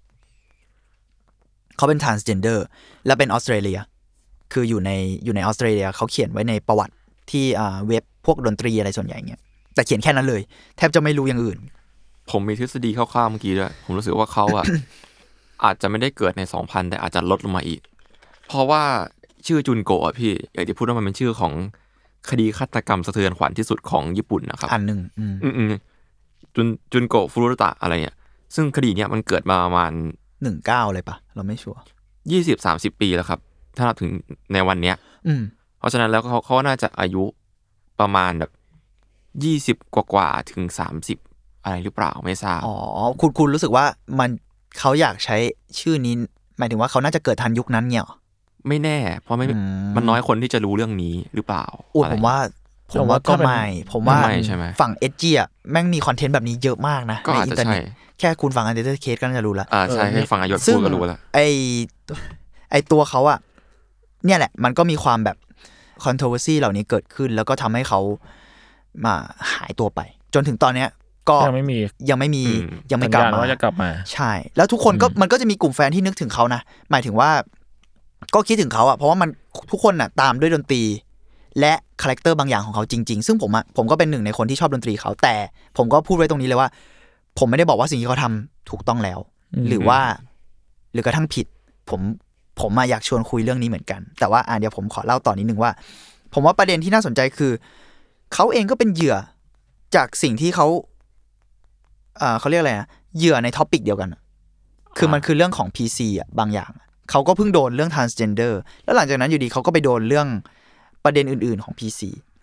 เขาเป็น transgender และเป็นออสเตรเลียคืออยู่ในออสเตรเลียเขาเขียนไว้ในประวัติที่เว็บพวกดนตรีอะไรส่วนใหญ่เงี้ยแต่เขียนแค่นั้นเลยแทบจะไม่รู้อย่างอื่นผมมีทฤษฎีคร่าวๆเมื่อกี้ด้วยผมรู้สึกว่าเขาอ่ะ อาจจะไม่ได้เกิดใน 2000 แต่อาจจะลดลงมาอีกเพราะว่าชื่อจุนโกะอ่ะพี่อย่างที่พูดว่ามันเป็นชื่อของคดีฆาตกรรมสะเทือนขวัญที่สุดของญี่ปุ่นนะครับอันนึงจุนโกะฟุรุตะอะไรเนี่ยซึ่งคดีเนี้ยมันเกิดมาประมาณ 19เลยปะเราไม่ชัวร์ 20-30 ปีแล้วครับถ้านับถึงในวันเนี้ยเพราะฉะนั้นแล้วเขาน่าจะอายุประมาณแบบ20กว่าถึง30อะไรหรือเปล่าไม่ทราบคุณรู้สึกว่ามันเขาอยากใช้ชื่อนี้หมายถึงว่าเขาน่าจะเกิดทันยุคนั้นเนี่ยไม่แน่เพราะมันน้อยคนที่จะรู้เรื่องนี้หรือเปล่าผมว่าก็ไม่ผมว่าฝั่งเอจีอ่ะแม่งมีคอนเทนต์แบบนี้เยอะมากนะในอินเทอร์เน็ตแค่คุณฟังอันเดอร์เคสก็น่าจะรู้แล้วใช่ให้ฟังอายุพูดก็รู้แล้วไอตัวเขาอ่ะเนี่ยแหละมันก็มีความแบบ controversy เหล่านี้เกิดขึ้นแล้วก็ทำให้เขามาหายตัวไปจนถึงตอนเนี้ยก็ยังไม่กลับมาว่าจะกลับมาใช่แล้วทุกคนก็มันก็จะมีกลุ่มแฟนที่นึกถึงเขานะหมายถึงว่าก็คิดถึงเขาอ่ะเพราะว่ามันทุกคนน่ะตามด้วยดนตรีและคาแรคเตอร์บางอย่างของเขาจริงๆซึ่งผมก็เป็นหนึ่งในคนที่ชอบดนตรีเขาแต่ผมก็พูดไว้ตรงนี้เลยว่าผมไม่ได้บอกว่าสิ่งที่เขาทำถูกต้องแล้วหรือกระทั่งผิดผมอยากชวนคุยเรื่องนี้เหมือนกันแต่ว่าเดี๋ยวผมขอเล่าต่อนิดนึงว่าผมว่าประเด็นที่น่าสนใจคือเขาเองก็เป็นเหยื่อจากสิ่งที่เขาเรียกอะไรนะเหยื่อในท็อปิกเดียวกันคือมันคือเรื่องของ PC อ่ะบางอย่างเขาก็เพิ่งโดนเรื่อง transgender แล้วหลังจากนั้นอยู่ดีเขาก็ไปโดนเรื่องประเด็นอื่นๆของ PC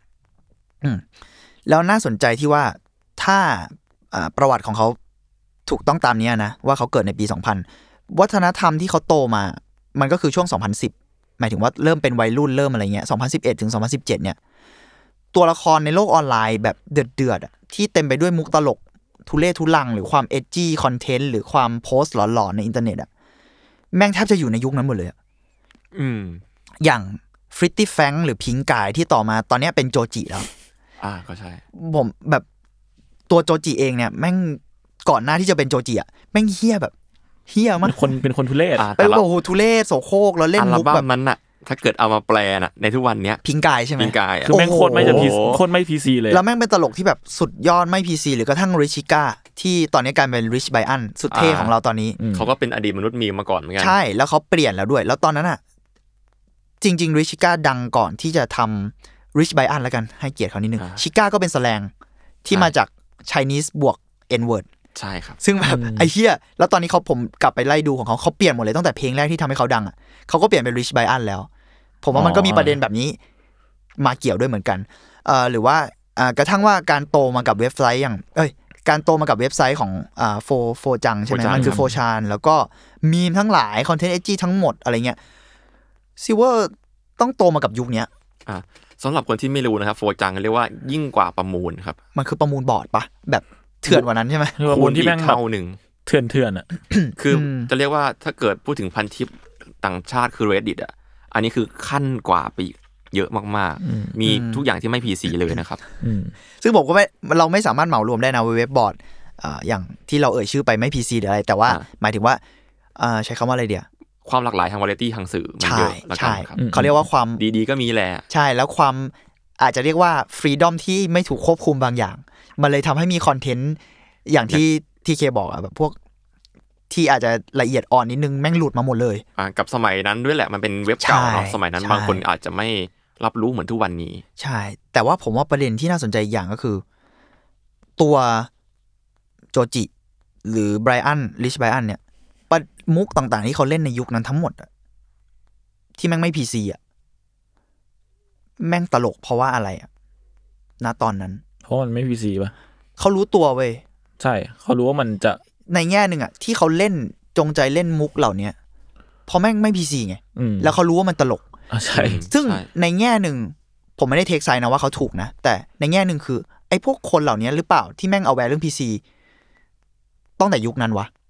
แล้วน่าสนใจที่ว่าถ้าประวัติของเขาถูกต้องตามนี้นะว่าเขาเกิดในปี 2000วัฒนธรรมที่เขาโตมามันก็คือช่วง 2010หมายถึงว่าเริ่มเป็นวัยรุ่นเริ่มอะไรเงี้ย2011ถึง2017เนี่ยตัวละครในโลกออนไลน์แบบเดือดๆที่เต็มไปด้วยมุกตลกทุเรศทุลังหรือความเอดจี้คอนเทนต์หรือความโพสต์หลอนๆในอินเทอร์เน็ตอ่ะแม่งแทบจะอยู่ในยุคนั้นหมดเลยอย่างฟริตตี้แฟงหรือพิงกายที่ต่อมาตอนนี้เป็นโจจิแล้วก็ใช่ผมแบบตัวโจจิเองเนี่ยแม่งก่อนหน้าที่จะเป็นโจจิอ่ะแม่งเหี้ยแบบเหี้ยมากเป็นคนทุเรศโอ้โหทุเรศโสโครกแล้วเล่นมุกแบบนั้นน่ะถ้าเกิดเอามาแปลน่ะในทุกวันเนี้ยพิงกายใช่ไหมพิงกายคือแม่งโคตรไม่จะโคตรไม่ PC เลยแล้วแม่งเป็นตลกที่แบบสุดยอดไม่ PC หรือกระทั่งริชิก้าที่ตอนนี้กลายเป็นริชไบอันสุดเท่ของเราตอนนี้เขาก็เป็นอดีตมนุษย์มีมาก่อนเหมือนกันใช่แล้วเขาเปลี่ยนแล้วด้วยแล้วตอนนั้นอ่ะจริงๆริชิก้าดังก่อนที่จะทำริชไบอันแล้วกันให้เกียรติเขานิดนึงชิก้าก็เป็นแสลงที่มาจาก Chinese บวก N word ใช่ครับซึ่งแบบไอ้เหี้ยแล้วตอนนี้ผมกลับไปไล่ดูของเขาเปลี่ยนหมดเลยตั้งแต่เพลงแรกที่ทำให้เขาดังอ่ะเขาก็เปลี่ยนเป็น Rich Brian แล้วผมว่ามันก็มีประเด็นแบบนี้มาเกี่ยวด้วยเหมือนกันหรือว่ากระทั่งว่าการโตมากับเว็บไซต์อย่างการโตมากับเว็บไซต์ของโฟจังใช่ไหมมันคือโฟชานแล้วก็มีมทั้งหลายคอนเทนต์เอจี้ทั้งหมดอะไรเงี้ยซิว่าต้องโตมากับยุคนี้สำหรับคนที่ไม่รู้นะครับโฟจังเรียกว่ายิ่งกว่าประมูลครับมันคือประมูลบอร์ดปะแบบเถื่อนกว่านั้นใช่ไหมประมูลที่แม่งเท่าหนึ่งเถื่อนอ่ะคือจะเรียกว่าถ้าเกิดพูดถึงพันทิปต่างชาติคือ Reddit อ่ะอันนี้คือขั้นกว่าไปเยอะมากๆมีทุกอย่างที่ไม่ PC เลยนะครับซึ่งผมก็เราไม่สามารถเหมารวมได้นะเว็บบอร์ดอย่างที่เราเอ่ยชื่อไปไม่ PC หรืออะไรแต่ว่าหมายถึงว่าใช้คำว่าอะไรเดียวความหลากหลายทางวาไรตี้ทางสื่อมันเยอะใช่เขาเรียกว่าความดีๆก็มีแหละใช่แล้วความอาจจะเรียกว่าฟรีดอมที่ไม่ถูกควบคุมบางอย่างมันเลยทำให้มีคอนเทนต์อย่างที่เคบอกอะแบบพวกที่อาจจะละเอียดอ่อนนิดนึงแม่งหลุดมาหมดเลยกับสมัยนั้นด้วยแหละมันเป็นเว็บเก่าเนาะสมัยนั้นบางคนอาจจะไม่รับรู้เหมือนทุกวันนี้ใช่แต่ว่าผมว่าประเด็นที่น่าสนใจอย่างก็คือตัวโจจิหรือไบรอันริชไบรอันเนี่ยมุกต่างๆที่เขาเล่นในยุคนั้นทั้งหมดที่แม่งไม่ PC อ่ะแม่งตลกเพราะว่าอะไรอ่ะณตอนนั้นเพราะมันไม่ PC ป่ะเขารู้ตัวเว้ยใช่เขารู้ว่ามันจะในแง่นึงอ่ะที่เขาเล่นจงใจเล่นมุกเหล่านี้เพราะแม่งไม่ PC ไงแล้วเขารู้ว่ามันตลกใช่ซึ่งในแง่นึงผมไม่ได้เทคไซน์นะว่าเขาถูกนะแต่ในแง่นึงคือไอ้พวกคนเหล่านี้หรือเปล่าที่แม่งเอาแวร์เรื่อง PC ตั้งแต่ยุคนั้นวะ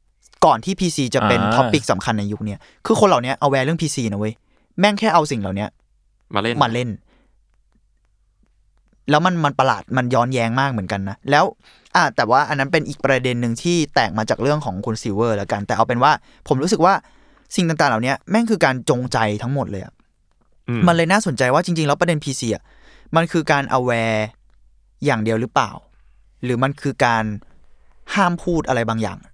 ก่อนที่ PC จะเป็นท็อปิกสำคัญในยุคนี้คือคนเหล่านี้เอาแวร์เรื่อง PC นะเว้ยแม่งแค่เอาสิ่งเหล่านี้มาเล่นแล้วมันประหลาดมันย้อนแย้งมากเหมือนกันนะแล้วแต่ว่าอันนั้นเป็นอีกประเด็นนึงที่แตกมาจากเรื่องของคุณซิลเวอร์แล้วกันแต่เอาเป็นว่าผมรู้สึกว่าสิ่งต่างๆเหล่านี้แม่งคือการจงใจทั้งหมดเลยมันเลยน่าสนใจว่าจริงๆแล้วประเด็น PC มันคือการ aware อย่างเดียวหรือเปล่าหรือมันคือการห้ามพูดอะไรบางอย่าง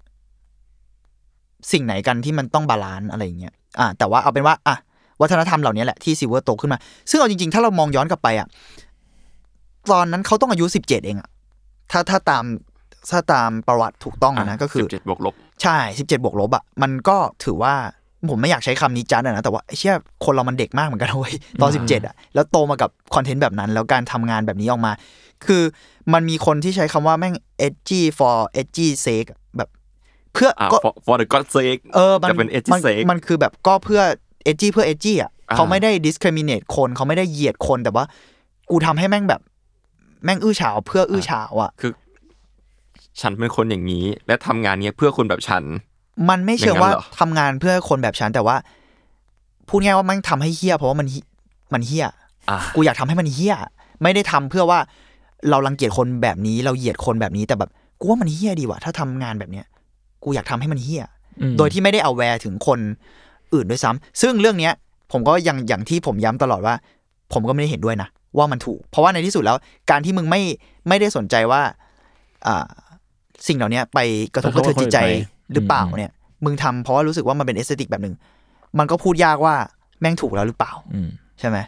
สิ่งไหนกันที่มันต้องบาลานซ์อะไรอย่างเงี้ยแต่ว่าเอาเป็นว่าวัฒนธรรมเหล่านี้แหละที่ซิลเวอร์โตขึ้นมาซึ่งเอาจริงๆถ้าเรามองย้อนกลับไปตอนนั้นเขาต้องอายุ17เองถ้าตามประวัติถูกต้องนะก็คือ 17บวกลบใช่17บวกลบมันก็ถือว่าผมไม่อยากใช้คำนี้จัดนะแต่ว่าไอ้เชี่ยคนเรามันเด็กมากเหมือนกันเว้ยตอน17แล้วโตมากับคอนเทนต์แบบนั้นแล้วการทำงานแบบนี้ออกมาคือมันมีคนที่ใช้คำว่าแม่ง edgy for edgy sake แบบเพื่อก็ for the god sake จะเป็น edgy sake มันคือแบบก็เพื่อ edgy เพื่อ edgy เขาไม่ได้ discriminate คนเขาไม่ได้เหยียดคนแต่ว่ากูทำให้แม่งแบบแม่งอื้อฉาวเพื่ออื้อฉาวคือฉันเป็นคนอย่างนี้และทำงานเนี้ยเพื่อคนแบบฉันมันไม่เชิงว่าทำงานเพื่อคนแบบฉันแต่ว่าพูดง่ายว่ามันทำให้เหี้ยเพราะว่ามันเหี้ยกูอยากทำให้มันเหี้ยไม่ได้ทำเพื่อว่าเรารังเกียจคนแบบนี้เราเหยียดคนแบบนี้แต่แบบกูว่ามันเหี้ยดีว่ะถ้าทำงานแบบเนี้ยกูอยากทำให้มันเหี้ยโดยที่ไม่ได้เอาแวร์ถึงคนอื่นด้วยซ้ำซึ่งเรื่องเนี้ยผมก็อย่างที่ผมย้ำตลอดว่าผมก็ไม่ได้เห็นด้วยนะว่ามันถูกเพราะว่าในที่สุดแล้วการที่มึงไม่ได้สนใจว่าสิ่งเหล่านี้ไปกระทบกระเทือนจิตใจหรือเปล่าเนี่ยมึงทำเพราะว่ารู้สึกว่ามันเป็นเอสเธติกแบบนึงมันก็พูดยากว่าแม่งถูกแล้วหรือเปล่าใช่ไหม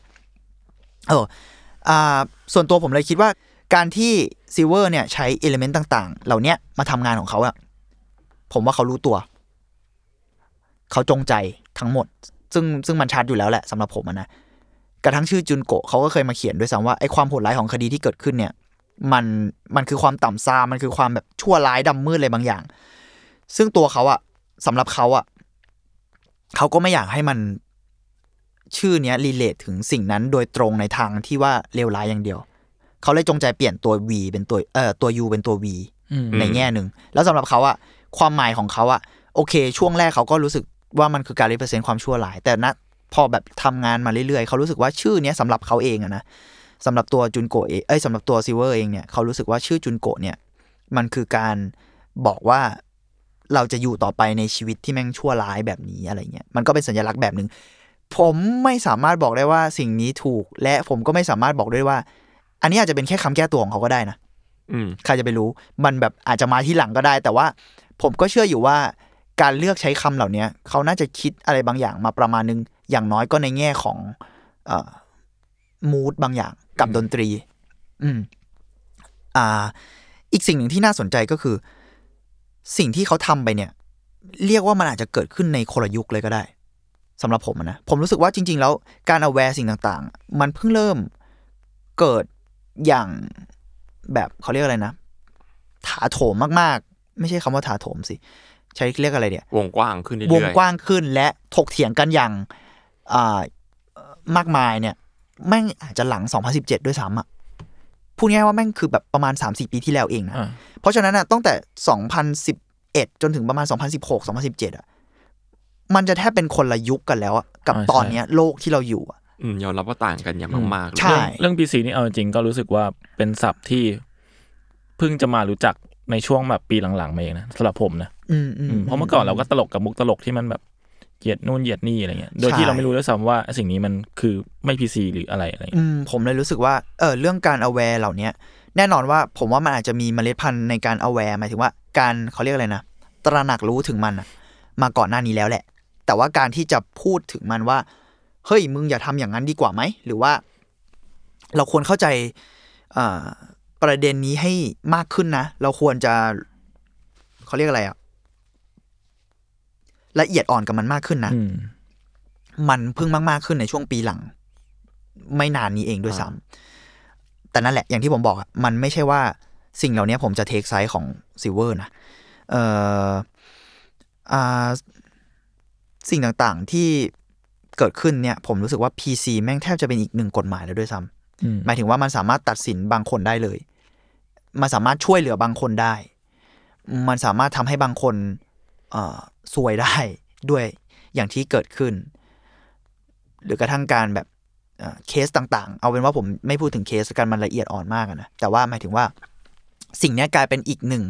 ส่วนตัวผมเลยคิดว่าการที่ซิลเวอร์เนี่ยใช้เอลิเมนต์ต่างๆเหล่านี้มาทำงานของเขาผมว่าเขารู้ตัวเขาจงใจทั้งหมดซึ่งมันชัดอยู่แล้วแหละสำหรับผมนะกระทั่งชื่อจุนโกะเขาก็เคยมาเขียนด้วยซ้ำว่าไอ้ความโหดร้ายของคดีที่เกิดขึ้นเนี่ยมันคือความต่ำทรามมันคือความแบบชั่วร้ายดำมืดอะไรบางอย่างซึ่งตัวเขาสำหรับเขาเขาก็ไม่อยากให้มันชื่อเนี้ยรีเลทถึงสิ่งนั้นโดยตรงในทางที่ว่าเลวร้ายอย่างเดียวเขาเลยจงใจเปลี่ยนตัว V เป็นตัว U เป็นตัว V ในแง่นึงแล้วสำหรับเขาความหมายของเขาโอเคช่วงแรกเขาก็รู้สึกว่ามันคือการรีเพรสเซนต์ความชั่วร้ายแต่นะพอแบบทำงานมาเรื่อยๆเขารู้สึกว่าชื่อเนี้ยสำหรับเขาเองนะสำหรับตัวจุนโกะสำหรับตัวซิลเวอร์เองเนี่ยเขารู้สึกว่าชื่อจุนโกะเนี่ยมันคือการบอกว่าเราจะอยู่ต่อไปในชีวิตที่แม่งชั่วร้ายแบบนี้อะไรเงี้ยมันก็เป็นสัญลักษณ์แบบนึงผมไม่สามารถบอกได้ว่าสิ่งนี้ถูกและผมก็ไม่สามารถบอกได้ว่าอันนี้อาจจะเป็นแค่คำแก้ตัวของเขาก็ได้นะใครจะไปรู้มันแบบอาจจะมาที่หลังก็ได้แต่ว่าผมก็เชื่ออยู่ว่าการเลือกใช้คำเหล่านี้เขาน่าจะคิดอะไรบางอย่างมาประมาณนึงอย่างน้อยก็ในแง่ของมูดบางอย่างกับดนตรีอีกสิ่งหนึ่งที่น่าสนใจก็คือสิ่งที่เขาทำไปเนี่ยเรียกว่ามันอาจจะเกิดขึ้นในคนละยุคเลยก็ได้สำหรับผมนะผมรู้สึกว่าจริงๆแล้วการ aware สิ่งต่างๆมันเพิ่งเริ่มเกิดอย่างแบบเขาเรียกอะไรนะถาโถมมากๆไม่ใช่คำว่าถาโถมสิใช้เรียกอะไรเนี่ยวงกว้างขึ้นเรื่อยๆวงกว้างขึ้นและถกเถียงกันอย่างมากมายเนี่ยแม่งอาจจะหลัง2017ด้วยซ้ำพูดง่ายว่าแม่งคือแบบประมาณ 3-4 ปีที่แล้วเองนะเพราะฉะนั้นตั้งแต่2011จนถึงประมาณ2016 2017มันจะแทบเป็นคนละยุคกันแล้วกับตอนนี้โลกที่เราอยู่ยอมรับว่าต่างกันอย่างมากๆใช่เรื่อง PC นี่เอาจริงก็รู้สึกว่าเป็นศัพท์ที่เพิ่งจะมารู้จักในช่วงแบบปีหลังๆมาเองนะสำหรับผมนะเพราะเมื่อก่อนเราก็ตลกกับมุกตลกที่มันแบบเหยียดนู่นเหยียดนี่อะไรเงี้ยโดยที่เราไม่รู้ด้วยซ้ำว่าสิ่งนี้มันคือไม่ PC หรืออะไรผมเลยรู้สึกว่าเรื่องการ aware เหล่านี้แน่นอนว่าผมว่ามันอาจจะมีเมล็ดพันธุ์ในการ aware หมายถึงว่าการเขาเรียกอะไรนะตระหนักรู้ถึงมันมาก่อนหน้านี้แล้วแหละแต่ว่าการที่จะพูดถึงมันว่าเฮ้ยมึงอย่าทำอย่างนั้นดีกว่าไหมหรือว่าเราควรเข้าใจประเด็นนี้ให้มากขึ้นนะเราควรจะเขาเรียกอะไรละเอียดอ่อนกับมันมากขึ้นนะมันเพิ่งมากๆขึ้นในช่วงปีหลังไม่นานนี้เองด้วยซ้ำแต่นั่นแหละอย่างที่ผมบอกมันไม่ใช่ว่าสิ่งเหล่านี้ผมจะเทคไซส์ของซิลเวอร์นะสิ่งต่างๆที่เกิดขึ้นเนี่ยผมรู้สึกว่า PC แม่งแทบจะเป็นอีกหนึ่งกฎหมายแล้วด้วยซ้ำหมายถึงว่ามันสามารถตัดสินบางคนได้เลยมันสามารถช่วยเหลือบางคนได้มันสามารถทำให้บางคนซวยได้ด้วยอย่างที่เกิดขึ้นหรือกระทั่งการแบบเคสต่างๆเอาเป็นว่าผมไม่พูดถึงเคสกันมันละเอียดอ่อนมากนะแต่ว่าหมายถึงว่าสิ่งนี้กลายเป็นอีกหนึ่ง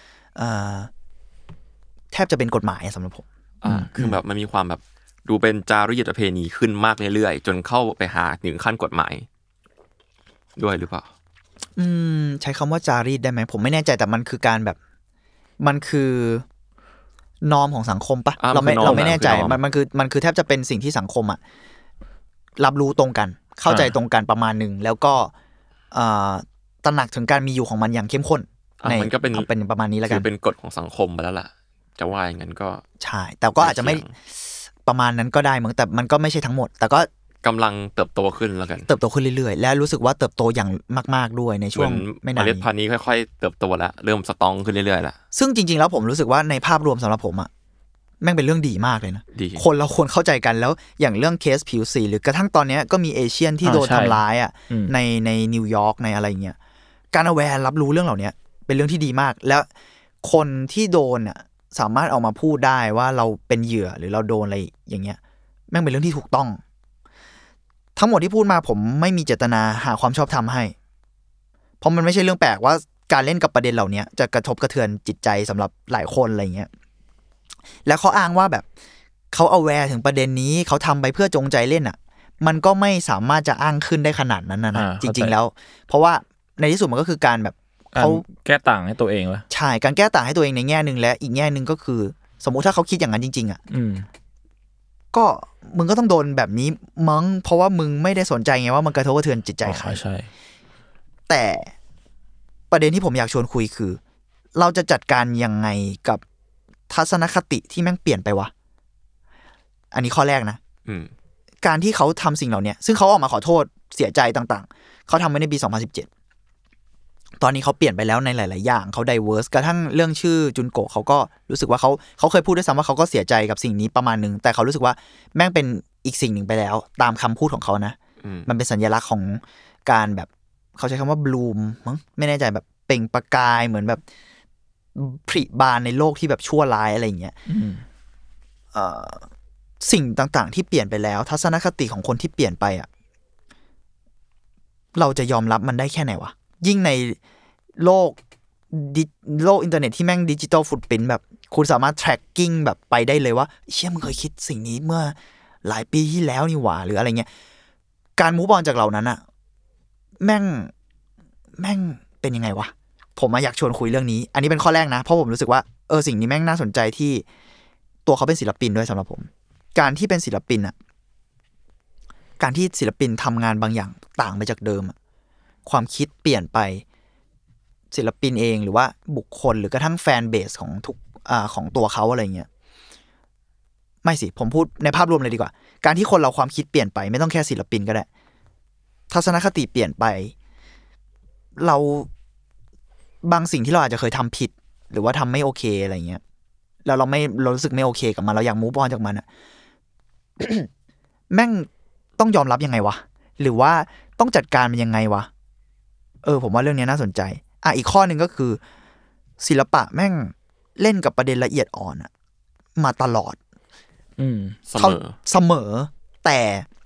แทบจะเป็นกฎหมายสำหรับผมคือแบบมันมีความแบบดูเป็นจารีตประเพณีขึ้นมากเรื่อยๆจนเข้าไปหาถึงขั้นกฎหมายด้วยหรือเปล่าใช้คำว่าจารีตได้ไหมผมไม่แน่ใจแต่มันคือการแบบมันคือนอมของสังคมปะเราไม่แน่ใจมันคือแทบจะเป็นสิ่งที่สังคมอ่ะรับรู้ตรงกันเข้าใจตรงกันประมาณนึงแล้วก็ตระหนักถึงการมีอยู่ของมันอย่างเข้มข้นมันก็เป็นประมาณนี้แล้วกันคือเป็นกฎของสังคมไปแล้วล่ะจะว่าอย่างนั้นก็ใช่แต่ก็อาจจะไม่ประมาณนั้นก็ได้มั้งแต่มันก็ไม่ใช่ทั้งหมดแต่ก็กำลังเติบโตขึ้นแล้วกันเติบโตขึ้นเรื่อยๆและรู้สึกว่าเติบโตอย่างมากๆด้วยในช่วงไม่นานนี้เมล็ดพันธุ์นี้ค่อยๆเติบโตแล้วเริ่มสตรองขึ้นเรื่อยๆแล้วซึ่งจริงๆแล้วผมรู้สึกว่าในภาพรวมสำหรับผมอะแม่งเป็นเรื่องดีมากเลยนะคนเราควรเข้าใจกันแล้วอย่างเรื่องเคสผิวสีหรือกระทั่งตอนนี้ก็มีเอเชียนที่โดนทำร้ายอ่ะในนิวยอร์กในอะไรเงี้ยการเอาแวร์รับรู้เรื่องเหล่านี้เป็นเรื่องที่ดีมากแล้วคนที่โดนอ่ะสามารถออกมาพูดได้ว่าเราเป็นเหยื่อหรือเราโดนอะไรอย่างเงี้ยแม่งเป็นเรื่องที่ถูกต้องทั้งหมดที่พูดมาผมไม่มีเจตนาหาความชอบธรรมให้เพราะมันไม่ใช่เรื่องแปลกว่าการเล่นกับประเด็นเหล่านี้จะกระทบกระเทือนจิตใจสำหรับหลายคนอะไรเงี้ยแล้วเขาอ้างว่าแบบเขาเอาแวร์ถึงประเด็นนี้เขาทำไปเพื่อจงใจเล่นอ่ะมันก็ไม่สามารถจะอ้างขึ้นได้ขนาดนั้นนะจริงๆแล้วเพราะว่าในที่สุดมันก็คือการแบบเขาแก้ต่างให้ตัวเองวะใช่การแก้ต่างให้ตัวเองในแง่นึงและอีกแง่นึงก็คือสมมุติถ้าเขาคิดอย่างนั้นจริงๆอ่ะก็มึงก็ต้องโดนแบบนี้มั้งเพราะว่ามึงไม่ได้สนใจไงว่ามันกระทบกระเทือนจิตใจใครใช่แต่ประเด็นที่ผมอยากชวนคุยคือเราจะจัดการยังไงกับทัศนคติที่แม่งเปลี่ยนไปวะอันนี้ข้อแรกนะการที่เขาทำสิ่งเหล่านี้ซึ่งเขาออกมาขอโทษเสียใจต่างๆเขาทำไว้ในปี2017ตอนนี้เขาเปลี่ยนไปแล้วในหลายๆอย่างเขาไดเวอร์สกระทั่งเรื่องชื่อจุนโกะเขาก็รู้สึกว่าเขาเคยพูดด้วยซ้ำว่าเขาก็เสียใจกับสิ่งนี้ประมาณนึงแต่เขารู้สึกว่าแม่งเป็นอีกสิ่งหนึ่งไปแล้วตามคำพูดของเขานะมันเป็นสัญลักษณ์ของการแบบเขาใช้คำว่าบลูมมั้งไม่แน่ใจแบบเปล่งประกายเหมือนแบบผลิบานในโลกที่แบบชั่วร้ายอะไรอย่างเงี้ยสิ่งต่างๆที่เปลี่ยนไปแล้วทัศนคติของคนที่เปลี่ยนไปอ่ะเราจะยอมรับมันได้แค่ไหนวะยิ่งในโลกอินเทอร์เน็ตที่แม่งดิจิตอลฟุตพริ้นท์แบบคุณสามารถ tracking แบบไปได้เลยว่าเชี่ยมึงเคยคิดสิ่งนี้เมื่อหลายปีที่แล้วนี่หว่าหรืออะไรเงี้ยการมูฟออนจากเหล่านั้นอ่ะแม่งเป็นยังไงวะผมอยากชวนคุยเรื่องนี้อันนี้เป็นข้อแรกนะเพราะผมรู้สึกว่าสิ่งนี้แม่งน่าสนใจที่ตัวเขาเป็นศิลปินด้วยสำหรับผมการที่เป็นศิลปินอ่ะการที่ศิลปินทำงานบางอย่างต่างไปจากเดิมความคิดเปลี่ยนไปศิลปินเองหรือว่าบุคคลหรือกระทั่งแฟนเบสของทุกของตัวเขาอะไรเงี้ยไม่สิผมพูดในภาพรวมเลยดีกว่าการที่คนเราความคิดเปลี่ยนไปไม่ต้องแค่ศิลปินก็ได้ทัศนคติเปลี่ยนไปเราบางสิ่งที่เราอาจจะเคยทำผิดหรือว่าทำไม่โอเคอะไรเงี้ยแล้วเรารู้สึกไม่โอเคกับมันเราอยากมูฟออนจากมันอ่ะ แม่งต้องยอมรับยังไงวะหรือว่าต้องจัดการมันยังไงวะผมว่าเรื่องนี้น่าสนใจอีกข้อหนึ่งก็คือศิลปะแม่งเล่นกับประเด็นละเอียดอ่อนมาตลอดเสมอแต่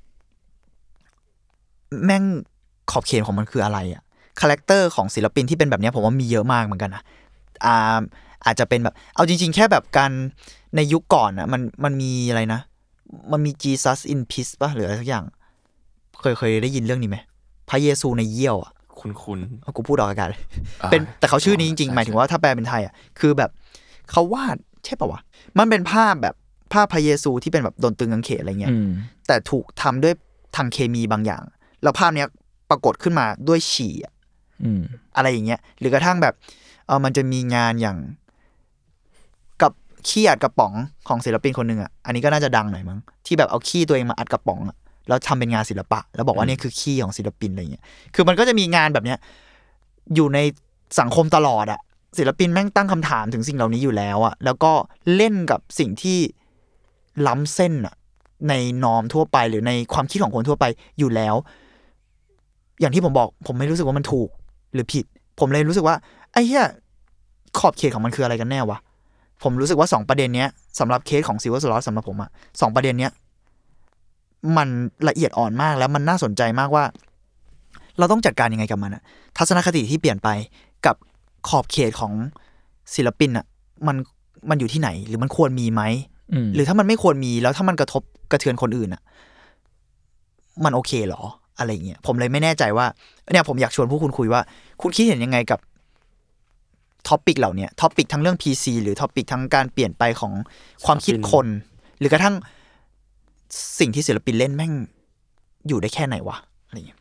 แม่งขอบเขตของมันคืออะไรคาแรคเตอร์ของศิลปินที่เป็นแบบนี้ผมว่ามีเยอะมากเหมือนกันนะอาจจะเป็นแบบเอาจริงๆแค่แบบการในยุคก่อนมันมีอะไรนะมันมี Jesus in Peace ป่ะหรืออะไรสักอย่างเคยได้ยินเรื่องนี้ไหมพระเยซูในเยี่ยวคุณกูพูดออกอากาศเป็นแต่เขาชื่อนี้จริงๆหมายถึงว่าถ้าแปลเป็นไทยคือแบบเขาวาดใช่ป่ะวะมันเป็นภาพแบบภาพพระเยซูที่เป็นแบบโดนตึงกางเขนอะไรเงี้ยแต่ถูกทำด้วยทางเคมีบางอย่างแล้วภาพเนี้ยปรากฏขึ้นมาด้วยฉี่อะไรอย่างเงี้ยหรือกระทั่งแบบมันจะมีงานอย่างกับขี้อัดกระป๋องของศิลปินคนนึงอันนี้ก็น่าจะดังหน่อยมั้งที่แบบเอาขี้ตัวเองมาอัดกระป๋องแล้วทำเป็นงานศิลปะแล้วบอกว่านี่คือขี้ของศิลปินอะไรเงี้ยคือมันก็จะมีงานแบบเนี้ยอยู่ในสังคมตลอดศิลปินแม่งตั้งคำถามถึงสิ่งเหล่านี้อยู่แล้วแล้วก็เล่นกับสิ่งที่ล้ำเส้นในนอร์มทั่วไปหรือในความคิดของคนทั่วไปอยู่แล้วอย่างที่ผมบอกผมไม่รู้สึกว่ามันถูกหรือผิดผมเลยรู้สึกว่าไอ้เหี้ยขอบเขตของมันคืออะไรกันแน่วะผมรู้สึกว่า2ประเด็นเนี้ยสำหรับเคสของ Silver Slot สำหรับผมอะ2ประเด็นเนี้ยมันละเอียดอ่อนมากแล้วมันน่าสนใจมากว่าเราต้องจัดการยังไงกับมันอะทัศนคติที่เปลี่ยนไปกับขอบเขตของศิลปินอะมันอยู่ที่ไหนหรือมันควรมีไหมหรือถ้ามันไม่ควรมีแล้วถ้ามันกระทบกระเทือนคนอื่นอะมันโอเคหรออะไรเงี้ยผมเลยไม่แน่ใจว่าเนี่ยผมอยากชวนพวกคุณคุยว่าคุณคิดเห็นยังไงกับท็อปิกเหล่านี้ท็อปิกทั้งเรื่อง PC หรือท็อปิกทั้งการเปลี่ยนไปของความคิดคนหรือกระทั่งสิ่งที่ศิลปินเล่นแม่งอยู่ได้แค่ไหนวะอะไรเงี้ย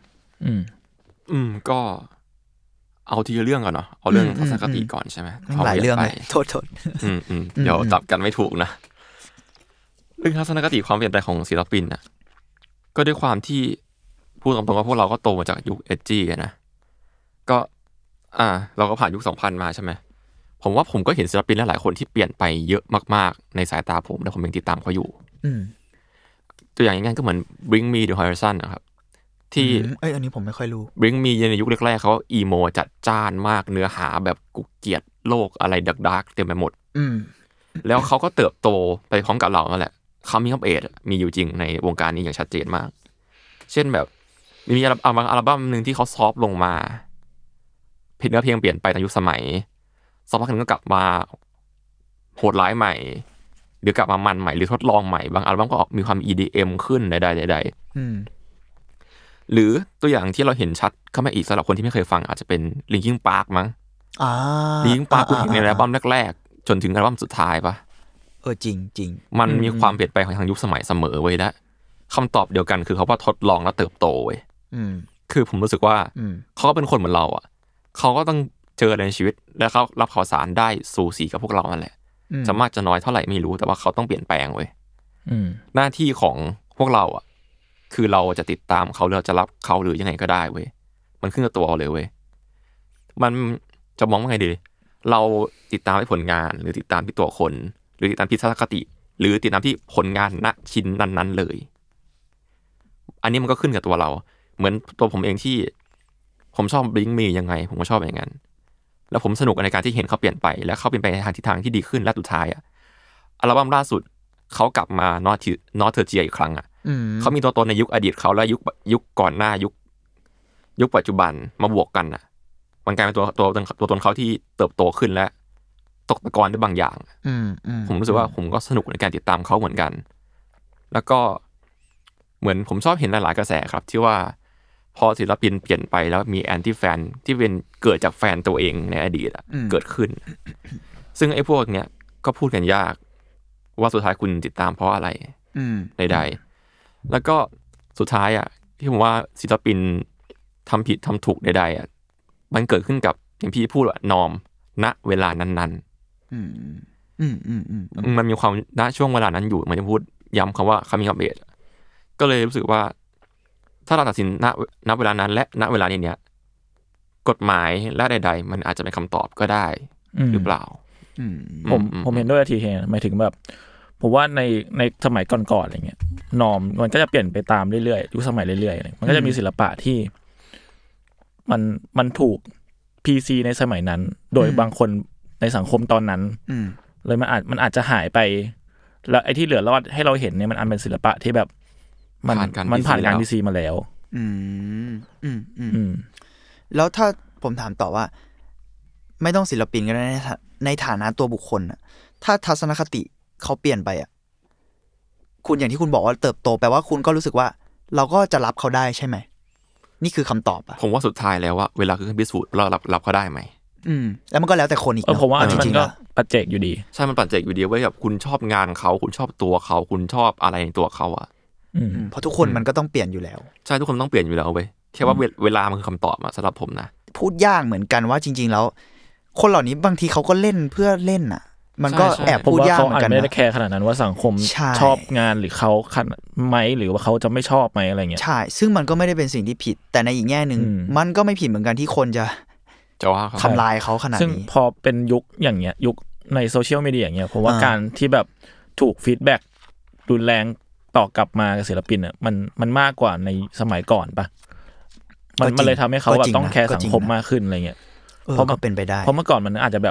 ก็เอาทีละเรื่องก่อนเนาะเอาเรื่องทัศนคติก่อนใช่ไหมหลายเรื่องเลยโทษเดี๋ยวจับกันไม่ถูกนะเรื่องทัศนคติความเปลี่ยนแปลงของศิลปินน่ะก็ด้วยความที่พูดตรงๆว่าพวกเราก็โตมาจากยุคเอจจี้นะก็เราก็ผ่านยุค 2000 มาใช่ไหมผมว่าผมก็เห็นศิลปินหลายๆคนที่เปลี่ยนไปเยอะมากๆในสายตาผมและผมยังติดตามเขาอยู่ตัวอย่างง่ายๆก็เหมือน Bring Me The Horizon นะครับที่อันนี้ผมไม่ค่อยรู้ Bring Me ในยุคแรกๆเขาอีโมจัดจ้านมากเนื้อหาแบบกูเกลียดโลกอะไรดาร์กๆเต็มไปหมดแล้วเขาก็เติบโตไปพร้อมกับเรานั่นแหละComing of Age มีอยู่จริงในวงการนี้อย่างชัดเจนมากเช่นแบบมีอัลบั้มนึงที่เขาซอฟลงมาเนื้อเพลงเปลี่ยนไปตามยุคสมัยสักพักนึงก็กลับมาโหดร้ายใหม่หรือกลับมามันใหม่หรือทดลองใหม่บางอัลบั้มก็ออกมีความ EDM ขึ้นใดๆหรือตัวอย่างที่เราเห็นชัดเข้ามาอีกสำหรับคนที่ไม่เคยฟังอาจจะเป็น Linkin Park มั้งLinkin Park คุณเห็นในอัลบั้มแรกๆจนถึงอัลบั้มสุดท้ายปะจริงมันมีความเปลี่ยนแปลงของทางยุคสมัยเสมอเว้ยและคำตอบเดียวกันคือเขาว่าทดลองแล้วเติบโตเว้ยคือผมรู้สึกว่าเขาก็เป็นคนเหมือนเราอ่ะเขาก็ต้องเจอในชีวิตและเขารับข่าวสารได้สู่สีกับพวกเรานั่นแหละจะมากจะน้อยเท่าไหร่ไม่รู้แต่ว่าเขาต้องเปลี่ยนแปลงเว้ยหน้าที่ของพวกเราอ่ะคือเราจะติดตามเขาหรือจะรับเขาหรือยังไงก็ได้เว้ยมันขึ้นกับตัวเราเลยเว้ยมันจะมองว่าไงดีเราติดตามที่ผลงานหรือติดตามที่ตัวคนหรือติดตามที่ทัศนคติหรือติดตามที่ผลงานณชิ้นนั้นๆเลยอันนี้มันก็ขึ้นกับตัวเราเหมือนตัวผมเองที่ผมชอบ Blink Me ยังไงผมก็ชอบอย่างนั้นแล้วผมสนุกในการที่เห็นเขาเปลี่ยนไปและเขาเป็นไปในทางทิศทางที่ดีขึ้นและสุดท้ายอัลบั้มล่าสุดเขากลับมา Not Tertia อีกครั้งเขามีตัวตนในยุคอดีตเขาและยุคก่อนหน้ายุคปัจจุบันมาบวกกันมันกลายเป็นตัวตนเขาที่เติบโตขึ้นและตกตะกอนด้วยบางอย่างผมรู้สึกว่าผมก็สนุกในการติดตามเขาเหมือนกันแล้วก็เหมือนผมชอบเห็นหลายๆกระแสครับที่ว่าพอศิลปินเปลี่ยนไปแล้วมีแอนตี้แฟนที่เป็นเกิดจากแฟนตัวเองในอดีตเกิดขึ้นซึ่งไอ้พวกเนี้ยก็พูดกันยากว่าสุดท้ายคุณติดตามเพราะอะไรใดๆแล้วก็สุดท้ายที่ผมว่าศิลปินทำผิดทำถูกใดๆมันเกิดขึ้นกับอย่างพี่พูดว่านอมณเวลานั้นมันมีความณช่วงเวลานั้นอยู่เหมือนจะพูดย้ำคำว่า coming of age ก็เลยรู้สึกว่าถ้าเราตัดสินณเวลานั้นและณเวลานี้เนี่ยกฎหมายและใดๆมันอาจจะเป็นคำตอบก็ได้หรือเปล่าผมเห็นด้วยทีเห็นหมายถึงแบบผมว่าในสมัยก่อนๆอะไรเงี้ยนอมมันก็จะเปลี่ยนไปตามเรื่อยๆยุคสมัยเรื่อยๆมันก็จะมีศิลปะที่มันถูก PC ในสมัยนั้นโดยบางคนในสังคมตอนนั้นเลยมันอาจจะหายไปแล้วไอ้ที่เหลือรอดให้เราเห็นเนี่ยมันเป็นศิลปะที่แบบมันผ่านการ PC มาแล้วแล้วถ้าผมถามต่อว่าไม่ต้องศิลปินก็ได้ในฐานะตัวบุคคลถ้าทัศนคติเขาเปลี่ยนไปคุณอย่างที่คุณบอกว่าเติบโตแปลว่าคุณก็รู้สึกว่าเราก็จะรับเขาได้ใช่ไหมนี่คือคำตอบผมว่าสุดท้ายแล้วว่าเวลาคือพิสูจน์เรารับเขาได้ไหมแล้วมันก็แล้วแต่คนอีกผมว่ามันก็ปัจเจกอยู่ดีใช่มันปัจเจกอยู่ดีว่าแบบคุณชอบงานเขาคุณชอบตัวเขาคุณชอบอะไรในตัวเขาเพราะทุกคนมันก็ต้องเปลี่ยนอยู่แล้วใช่ทุกคนต้องเปลี่ยนอยู่แล้วเว้ยแค่ว่าเวลามันคือคำตอบสำหรับผมนะพูดยากเหมือนกันว่าจริงๆแล้วคนเหล่านี้บางทีเขาก็เล่นเพื่อเล่นมันก็แอบพูดยากเหมือนกันนะไม่ได้แคร์ขนาดนั้นว่าสังคมชอบงานหรือเขาไหมหรือว่าเขาจะไม่ชอบไหมอะไรเงี้ยใช่ซึ่งมันก็ไม่ได้เป็นสิ่งที่ผิดแต่ในอีกแง่นึงมันก็ไม่ผิดเหมือนกันที่คนจะว่าทำลายเขาขนาดนี้ซึ่งพอเป็นยุคอย่างเงี้ยยุคในโซเชียลมีเดียอย่างเงี้ยผมว่าการที่แบบถูกฟีดแบ็กรุนแรงต่อกลับมากับศิลปินมันมากกว่าในสมัยก่อนปะมันเลยทำให้เขาแบบต้องแคร์สังคมมากขึ้นอะไรเงี้ยเพราะมันเป็นไปได้เพราะเมื่อก่อนมันอาจจะแบบ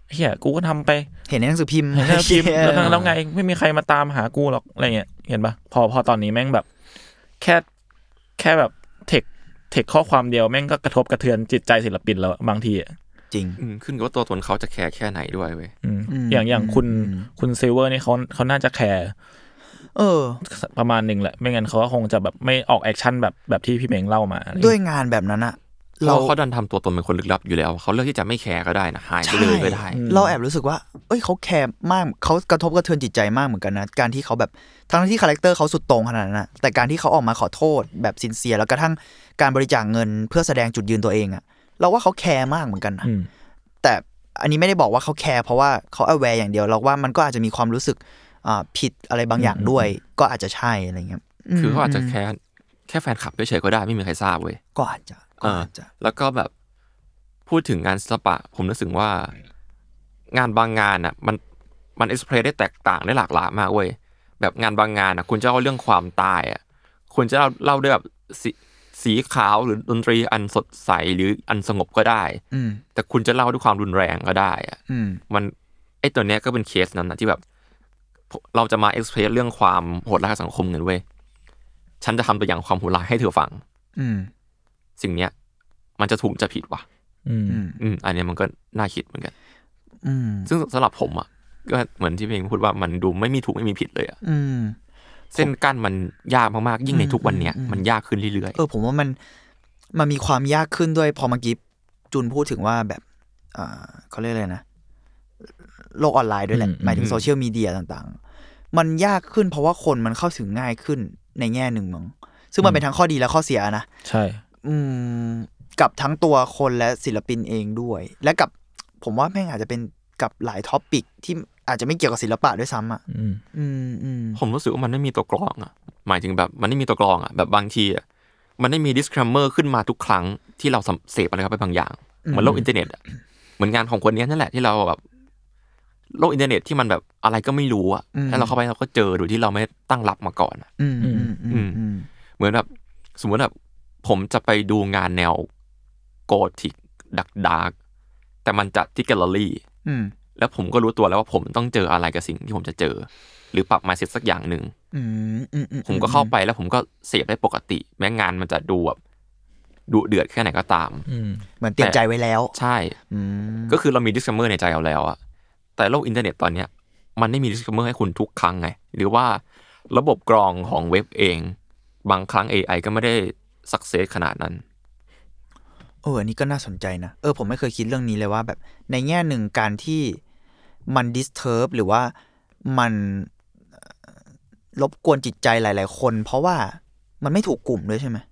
เหี้ยกูก็ทำไปเห็นในหนังสือพิมพ์แล้วไงไม่มีใครมาตามหากูหรอกอะไรเงี้ยเห็นปะพอตอนนี้แม่งแบบแค่แบบเทคข้อความเดียวแม่งก็กระทบกระเทือนจิตใจศิลปินแล้วบางทีจริงขึ้นกับว่าตัวตนเขาจะแคร์แค่ไหนด้วยเว้ยอย่างคุณซิลเวอร์นี่เขาน่าจะแคร์ประมาณนึงแหละไม่งั้นเขาก็คงจะแบบไม่ออกแอคชั่นแบบที่พี่เม้งเล่ามาด้วยงานแบบนั้นอะเขาดันทำตัวตนเป็นคนลึกลับอยู่แล้วเขาเลือกที่จะไม่แคร์ก็ได้นะหายไปเลยก็ได้เราแอบรู้สึกว่าเขาแคร์มากเขากระทบกระเทือนจิตใจมากเหมือนกันนะการที่เขาแบบทั้งที่คาแรคเตอร์เขาสุดโต่งขนาดนั้นนะแต่การที่เขาออกมาขอโทษแบบซินเซียร์แล้วกระทั่งการบริจาคเงินเพื่อแสดงจุดยืนตัวเองอะเราว่าเขาแคร์มากเหมือนกันนะแต่อันนี้ไม่ได้บอกว่าเขาแคร์เพราะว่าเขาawareอย่างเดียวเราว่ามันก็อาจจะมีความรู้สึกผิดอะไรบางอย่างด้วยก็อาจจะใช่อะไรเงี้ยคือเขาอาจจะแค่แฟนคลับเฉยๆก็ได้ไม่มีใครทราบเว้ยก็อาจจะแล้วก็แบบพูดถึงงานศิลปะผมรู้สึกว่างานบางงานอ่ะมันเอ็กซ์เพรสได้แตกต่างได้หลากหลายมากเว้ยแบบงานบางงานอ่ะคุณจะเล่าเรื่องความตายอ่ะคุณจะเล่าด้วยแบบสีขาวหรือดนตรีอันสดใสหรืออันสงบก็ได้แต่คุณจะเล่าด้วยความรุนแรงก็ได้อ่ะมันไอ้ตัวเนี้ยก็เป็นเคสนั้นนะที่แบบเราจะมาเอ็กซ์เพรสเรื่องความโหดร้ายทางสังคมกันเว้ยฉันจะทำตัวอย่างความโหดร้ายให้เธอฟังสิ่งเนี้ยมันจะถูกจะผิดวะอันนี้มันก็น่าคิดเหมือนกันซึ่งสำหรับผมอ่ะก็เหมือนที่เพลงพูดว่ามันดูไม่มีถูกไม่มีผิดเลยอ่ะเส้นกั้นมันยากมากๆยิ่งในทุกวันเนี้ยมันยากขึ้นเรื่อยๆผมว่ามันมีความยากขึ้นด้วยพอเมื่อกี้จุนพูดถึงว่าแบบเขาเรียกอะไรนะโลกออนไลน์ด้วยแหละหมายถึงโซเชียลมีเดียต่างๆมันยากขึ้นเพราะว่าคนมันเข้าถึงง่ายขึ้นในแง่หนึ่งมั้งซึ่งมันเป็นทั้งข้อดีและข้อเสียนะใช่กับทั้งตัวคนและศิลปินเองด้วยและกับผมว่าแม่งอาจจะเป็นกับหลายท็อปิกที่อาจจะไม่เกี่ยวกับศิลปะด้วยซ้ำอ่ะผมรู้สึกว่ามันไม่มีตัวกรองอ่ะหมายถึงแบบมันไม่มีตัวกรองอ่ะแบบบางทีอ่ะมันไม่มี disclaimer ขึ้นมาทุกครั้งที่เราเสพอะไรเข้าไปบางอย่างเหมือนโลกอินเทอร์เน็ตอ่ะเหมือนงานของคนนี้นั่นแหละที่เราแบบโลกอินเทอร์เน็ตที่มันแบบอะไรก็ไม่รู้อ่ะถ้าเราเข้าไปเราก็เจอโดยที่เราไม่ตั้งรับมาก่อนเหมือนแบบสมมติแบบผมจะไปดูงานแนวโกธิกดาร์กแต่มันจัดที่แกลเลอรี่แล้วผมก็รู้ตัวแล้วว่าผมต้องเจออะไรกับสิ่งที่ผมจะเจอหรือปรับมาเสร็จสักอย่างนึงผมก็เข้าไปแล้วผมก็เสพได้ปกติแม้งานมันจะดูแบบดุเดือดแค่ไหนก็ตามเหมือนเตรียมใจไว้แล้วใช่ก็คือเรามี disclaimer ในใจเอาแล้วอะแต่โลกอินเทอร์เน็ตตอนเนี้ยมันไม่มี disclaimer ให้คุณทุกครั้งไงหรือว่าระบบกรองของเว็บเองบางครั้ง AI ก็ไม่ได้success ขนาดนั้นอันนี้ก็น่าสนใจนะผมไม่เคยคิดเรื่องนี้เลยว่าแบบในแง่หนึ่งการที่มัน disturb หรือว่ามันรบกวนจิตใจหลายๆคนเพราะว่ามันไม่ถูกกลุ่มด้วยใช่ไหม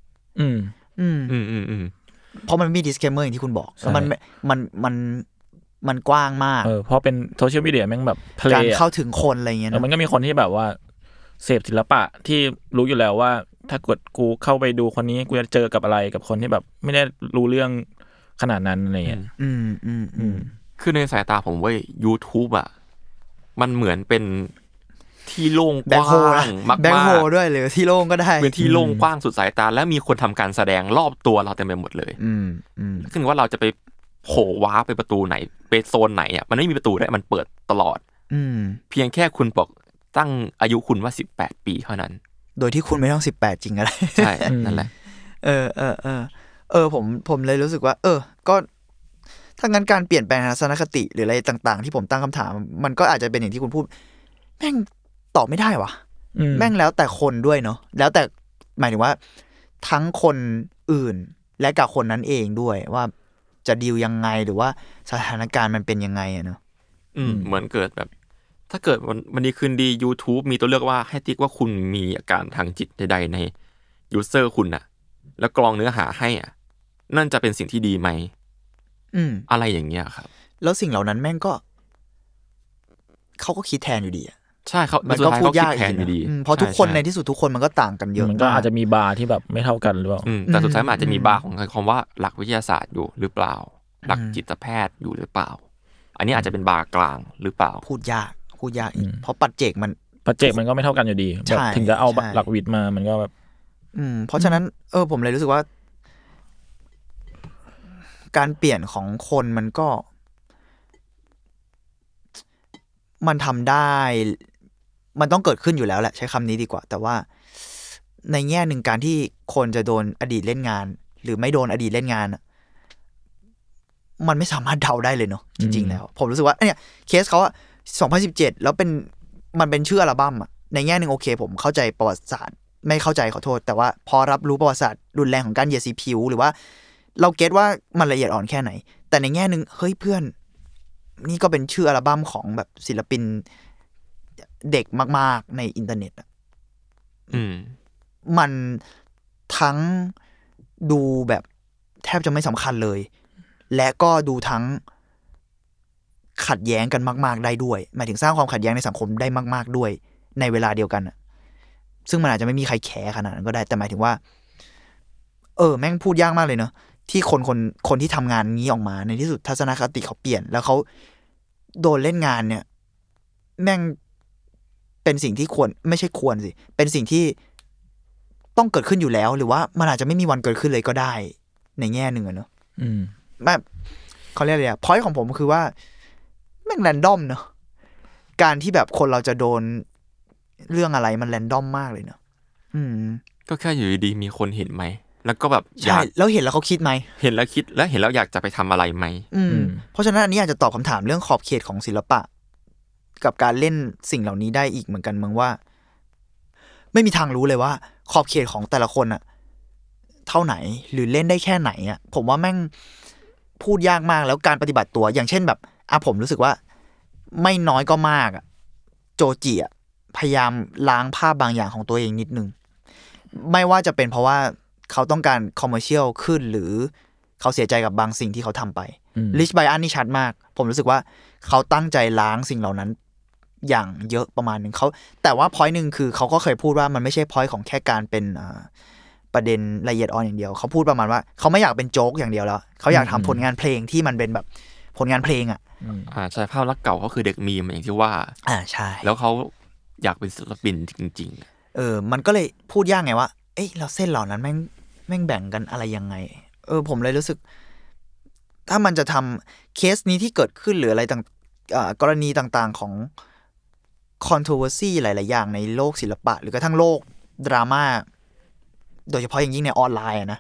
เพราะมันมี disclaimer อย่างที่คุณบอกแล้วมันกว้างมากเพราะเป็นโซเชียลมีเดียแม่งแบบการเข้าถึงคนอะไรเงี้ยมันก็มีคนที่แบบว่าเสพศิลปะที่รู้อยู่แล้วว่าถ้ากดกูเข้าไปดูคนนี้กูจะเจอกับอะไรกับคนที่แบบไม่ได้รู้เรื่องขนาดนั้นอะไรเงี้ยคือในสายตาผมว่า YouTube อ่ะมันเหมือนเป็นที่โล่งกว้างมากๆแบ็คโฮด้วยหรือที่โล่งก็ได้เป็นที่โล่งกว้างสุดสายตาและมีคนทำการแสดงรอบตัวเราเต็มไปหมดเลยซึ่งว่าเราจะไปโผล่ว้าไปประตูไหนไปโซนไหนอ่ะมันไม่มีประตูได้มันเปิดตลอดเพียงแค่คุณบอกตั้งอายุคุณว่า18ปีเท่านั้นโดยที่คุณไม่ต้อง18จริงอะไรใช่นั่นแหละผมเลยรู้สึกว่าก็ถ้างั้นการเปลี่ยนแปลงทัศนคติหรืออะไรต่างๆที่ผมตั้งคำถามมันก็อาจจะเป็นอย่างที่คุณพูดแม่งตอบไม่ได้วะแม่งแล้วแต่คนด้วยเนาะแล้วแต่หมายถึงว่าทั้งคนอื่นและกับคนนั้นเองด้วยว่าจะดีลยังไงหรือว่าสถานการณ์มันเป็นยังไงอะเนาะเหมือนเกิดแบบถ้าเกิดวันนี้คืนดี YouTube มีตัวเลือกว่าให้ติ๊กว่าคุณมีอาการทางจิตใดๆในยูเซอร์คุณน่ะแล้วกรองเนื้อหาให้อ่ะนั่นจะเป็นสิ่งที่ดีไหมอะไรอย่างเงี้ยครับแล้วสิ่งเหล่านั้นแม่งก็เขาก็คิดแทนอยู่ดีอ่ะใช่เขามันก็พูดยากอยู่ดีเพราะทุกคนในที่สุดทุกคนมันก็ต่างกันเยอะมันก็อาจจะมีบาร์ที่แบบไม่เท่ากันหรือเปล่าแต่สุดท้ายมันอาจจะมีบาร์ของคำว่าหลักวิทยาศาสตร์อยู่หรือเปล่าหลักจิตแพทย์อยู่หรือเปล่าอันนี้อาจจะเป็นบาร์กลางหรือเปล่าพูดยากอีกเพราะปัจเจกมันก็ไม่เท่ากันอยู่ดีแบบถึงจะเอาหลักวิทย์มามันก็แบบเพราะฉะนั้นผมเลยรู้สึกว่าการเปลี่ยนของคนมันก็มันทำได้มันต้องเกิดขึ้นอยู่แล้วแหละใช้คำนี้ดีกว่าแต่ว่าในแง่หนึ่งการที่คนจะโดนอดีตเล่นงานหรือไม่โดนอดีตเล่นงานมันไม่สามารถเดาได้เลยเนาะจริงๆแล้วผมรู้สึกว่าเนี่ยเคสเขาอะ2017แล้วมันเป็นชื่ออัลบั้มอะในแง่นึงโอเคผมเข้าใจประวัติศาสตร์ไม่เข้าใจขอโทษแต่ว่าพอรับรู้ประวัติศาสตร์รุนแรงของการเหยียดสีผิวหรือว่าเราเก็ตว่ามันละเอียดอ่อนแค่ไหนแต่ในแง่นึงเฮ้ยเพื่อนนี่ก็เป็นชื่ออัลบั้มของแบบศิลปินเด็กมากๆในอินเทอร์เน็ตอ่ะมันทั้งดูแบบแทบจะไม่สำคัญเลยและก็ดูทั้งขัดแย้งกันมากๆได้ด้วยหมายถึงสร้างความขัดแย้งในสังคมได้มากๆด้วยในเวลาเดียวกันซึ่งมันอาจจะไม่มีใครแคร์ขนาดนั้นก็ได้แต่หมายถึงว่าแม่งพูดยากมากเลยเนาะที่คนที่ทำงานนี้ออกมาในที่สุดทัศนคติเขาเปลี่ยนแล้วเขาโดนเล่นงานเนี่ยแม่งเป็นสิ่งที่ควรไม่ใช่ควรสิเป็นสิ่งที่ต้องเกิดขึ้นอยู่แล้วหรือว่ามันอาจจะไม่มีวันเกิดขึ้นเลยก็ได้ในแง่หนึ่งเนาะแบบเขาเรียกอะไรพอยต์ของผมคือว่าแม่งแรนดอมเนาะการที่แบบคนเราจะโดนเรื่องอะไรมันแรนดอมมากเลยเนาะก็แค่อยู่ดีๆมีคนเห็นไหมแล้วก็แบบใช่แล้วเห็นแล้วเขาคิดไหมเห็นแล้วคิดแล้วเห็นแล้วอยากจะไปทำอะไรไหมเพราะฉะนั้นอันนี้อาจจะตอบคำถามเรื่องขอบเขตของศิลปะกับการเล่นสิ่งเหล่านี้ได้อีกเหมือนกันมึงว่าไม่มีทางรู้เลยว่าขอบเขตของแต่ละคนอะเท่าไหนหรือเล่นได้แค่ไหนอะผมว่าแม่งพูดยากมากแล้วการปฏิบัติตัวอย่างเช่นแบบผมรู้สึกว่าไม่น้อยก็มากอะโจจิอะพยายามล้างภาพบางอย่างของตัวเองนิดนึงไม่ว่าจะเป็นเพราะว่าเขาต้องการคอมเมอร์เชียลขึ้นหรือเขาเสียใจกับบางสิ่งที่เขาทำไปลิชไบอันนี่ชัดมากผมรู้สึกว่าเขาตั้งใจล้างสิ่งเหล่านั้นอย่างเยอะประมาณนึงเขาแต่ว่าพอยต์นึงคือเขาก็เคยพูดว่ามันไม่ใช่พอยต์ของแค่การเป็นประเด็นละเอียดอ่อนอย่างเดียวเขาพูดประมาณว่าเขาไม่อยากเป็นโจ๊กอย่างเดียวแล้วเขาอยากทำผลงานเพลงที่มันเป็นแบบผลงานเพลงใช่ภาพลักษณ์เก่าเขาคือเด็กมีมอย่างที่ว่าใช่แล้วเขาอยากเป็นศิลปินจริงๆมันก็เลยพูดยากไงว่าเราเส้นเหล่านั้นแม่งแบ่งกันอะไรยังไงผมเลยรู้สึกถ้ามันจะทำเคสนี้ที่เกิดขึ้นหรืออะไรต่างกรณีต่างๆของ controversy หลายๆอย่างในโลกศิลปะหรือกระทั่งโลกดราม่าโดยเฉพาะอย่างยิ่งในออนไลน์นะ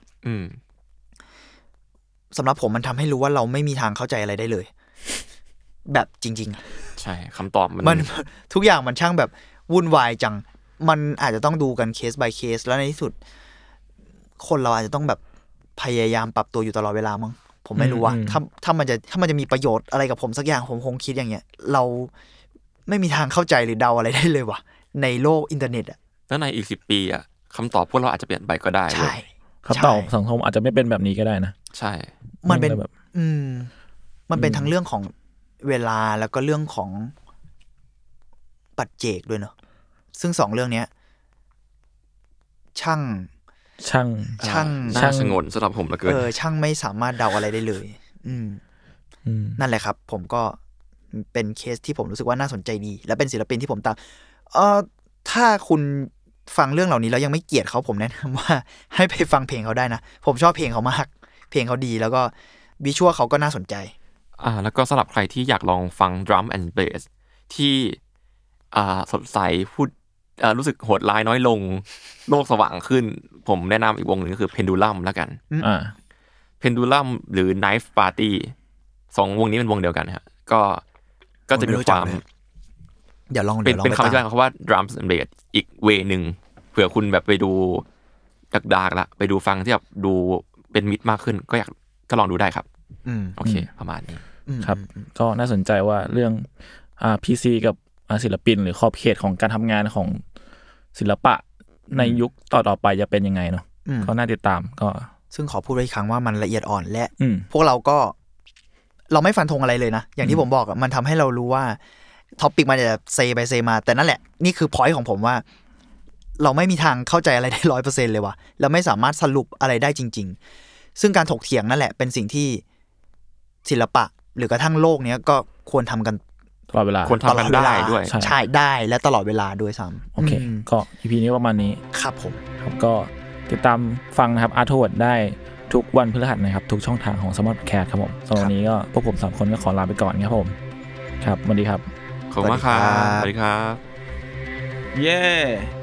สำหรับผมมันทำให้รู้ว่าเราไม่มีทางเข้าใจอะไรได้เลยแบบจริงๆใช่คำตอบมันทุกอย่างมันช่างแบบวุ่นวายจังมันอาจจะต้องดูกันเคส by เคสแล้วในที่สุดคนเราอาจจะต้องแบบพยายามปรับตัวอยู่ตลอดเวลามั้งผมไม่รู้ว่าถ้ามันจะมีประโยชน์อะไรกับผมสักอย่างผมคงคิดอย่างเงี้ยเราไม่มีทางเข้าใจหรือเดาอะไรได้เลยว่ะในโลกอินเทอร์เน็ตแล้วในอีก10 ปีคำตอบพวกเราอาจจะเปลี่ยนไปก็ได้ใช่คำตอบสังคมอาจจะไม่เป็นแบบนี้ก็ได้นะใช่มันเป็นแบบมันเป็นทั้งเรื่องของเวลาแล้วก็เรื่องของปัจเจกด้วยเนาะซึ่ง2เรื่องนี้ช่างสงวนสำหรับผมเหลือเกินช่างไม่สามารถเดาอะไรได้เลยนั่นแหละครับผมก็เป็นเคสที่ผมรู้สึกว่าน่าสนใจดีและเป็นศิลปินที่ผมตามถ้าคุณฟังเรื่องเหล่านี้แล้วยังไม่เกลียดเขาผมแนะนำว่าให้ไปฟังเพลงเขาได้นะผมชอบเพลงเขามากเพลงเขาดีแล้วก็วิชวลเขาก็น่าสนใจแล้วก็สำหรับใครที่อยากลองฟังดรัมแอนด์เบสที่สดใสพูดรู้สึกโหดร้ายน้อยลงโลกสว่างขึ้นผมแนะนำอีกวงหนึ่งก็คือ Pendulum แล้วกันPendulum หรือ Knife Party 2วงนี้เป็นวงเดียวกันฮะก็จะมีความเดี๋ยวลองเป็นคำอธิบายเขาว่า Drums and Bass อีกเวนึงเผื่อคุณแบบไปดูดาร์กๆละไปดูฟังที่แบบดูเป็นมิตรมากขึ้นก็ลองดูได้ครับโอเคประมาณนี้ครับก็น่าสนใจว่าเรื่องPC กับศิลปินหรือขอบเขตของการทำงานของศิลปะในยุคต่อไปจะเป็นยังไงเนาะก็น่าติดตามก็ซึ่งขอพูดไว้อีกครั้งว่ามันละเอียดอ่อนและพวกเราไม่ฟันธงอะไรเลยนะอย่างที่ผมบอกมันทำให้เรารู้ว่าท็อปิกมันจะเซไปเซมาแต่นั่นแหละนี่คือพอยต์ของผมว่าเราไม่มีทางเข้าใจอะไรได้ 100% เลยว่ะเราไม่สามารถสรุปอะไรได้จริงๆซึ่งการถกเถียงนั่นแหละเป็นสิ่งที่ศิลปะหรือกระทั่งโลกนี้ก็ควรทำกันตลอดเวลาควรทำกันได้ด้วยใช่ได้และตลอดเวลาด้วยซ้ำโอเคก็ EP นี้ประมาณนี้ครับผมครับก็ติดตามฟังนะครับ Artwork ได้ทุกวันพฤหัสนะครับทุกช่องทางของ Smart Podcast ครับผมสำหรับวันนี้ก็พวกผม3คนก็ขอลาไปก่อนครับผมครับสวัสดีครับขอบคุณมากครับสวัสดีครับเย้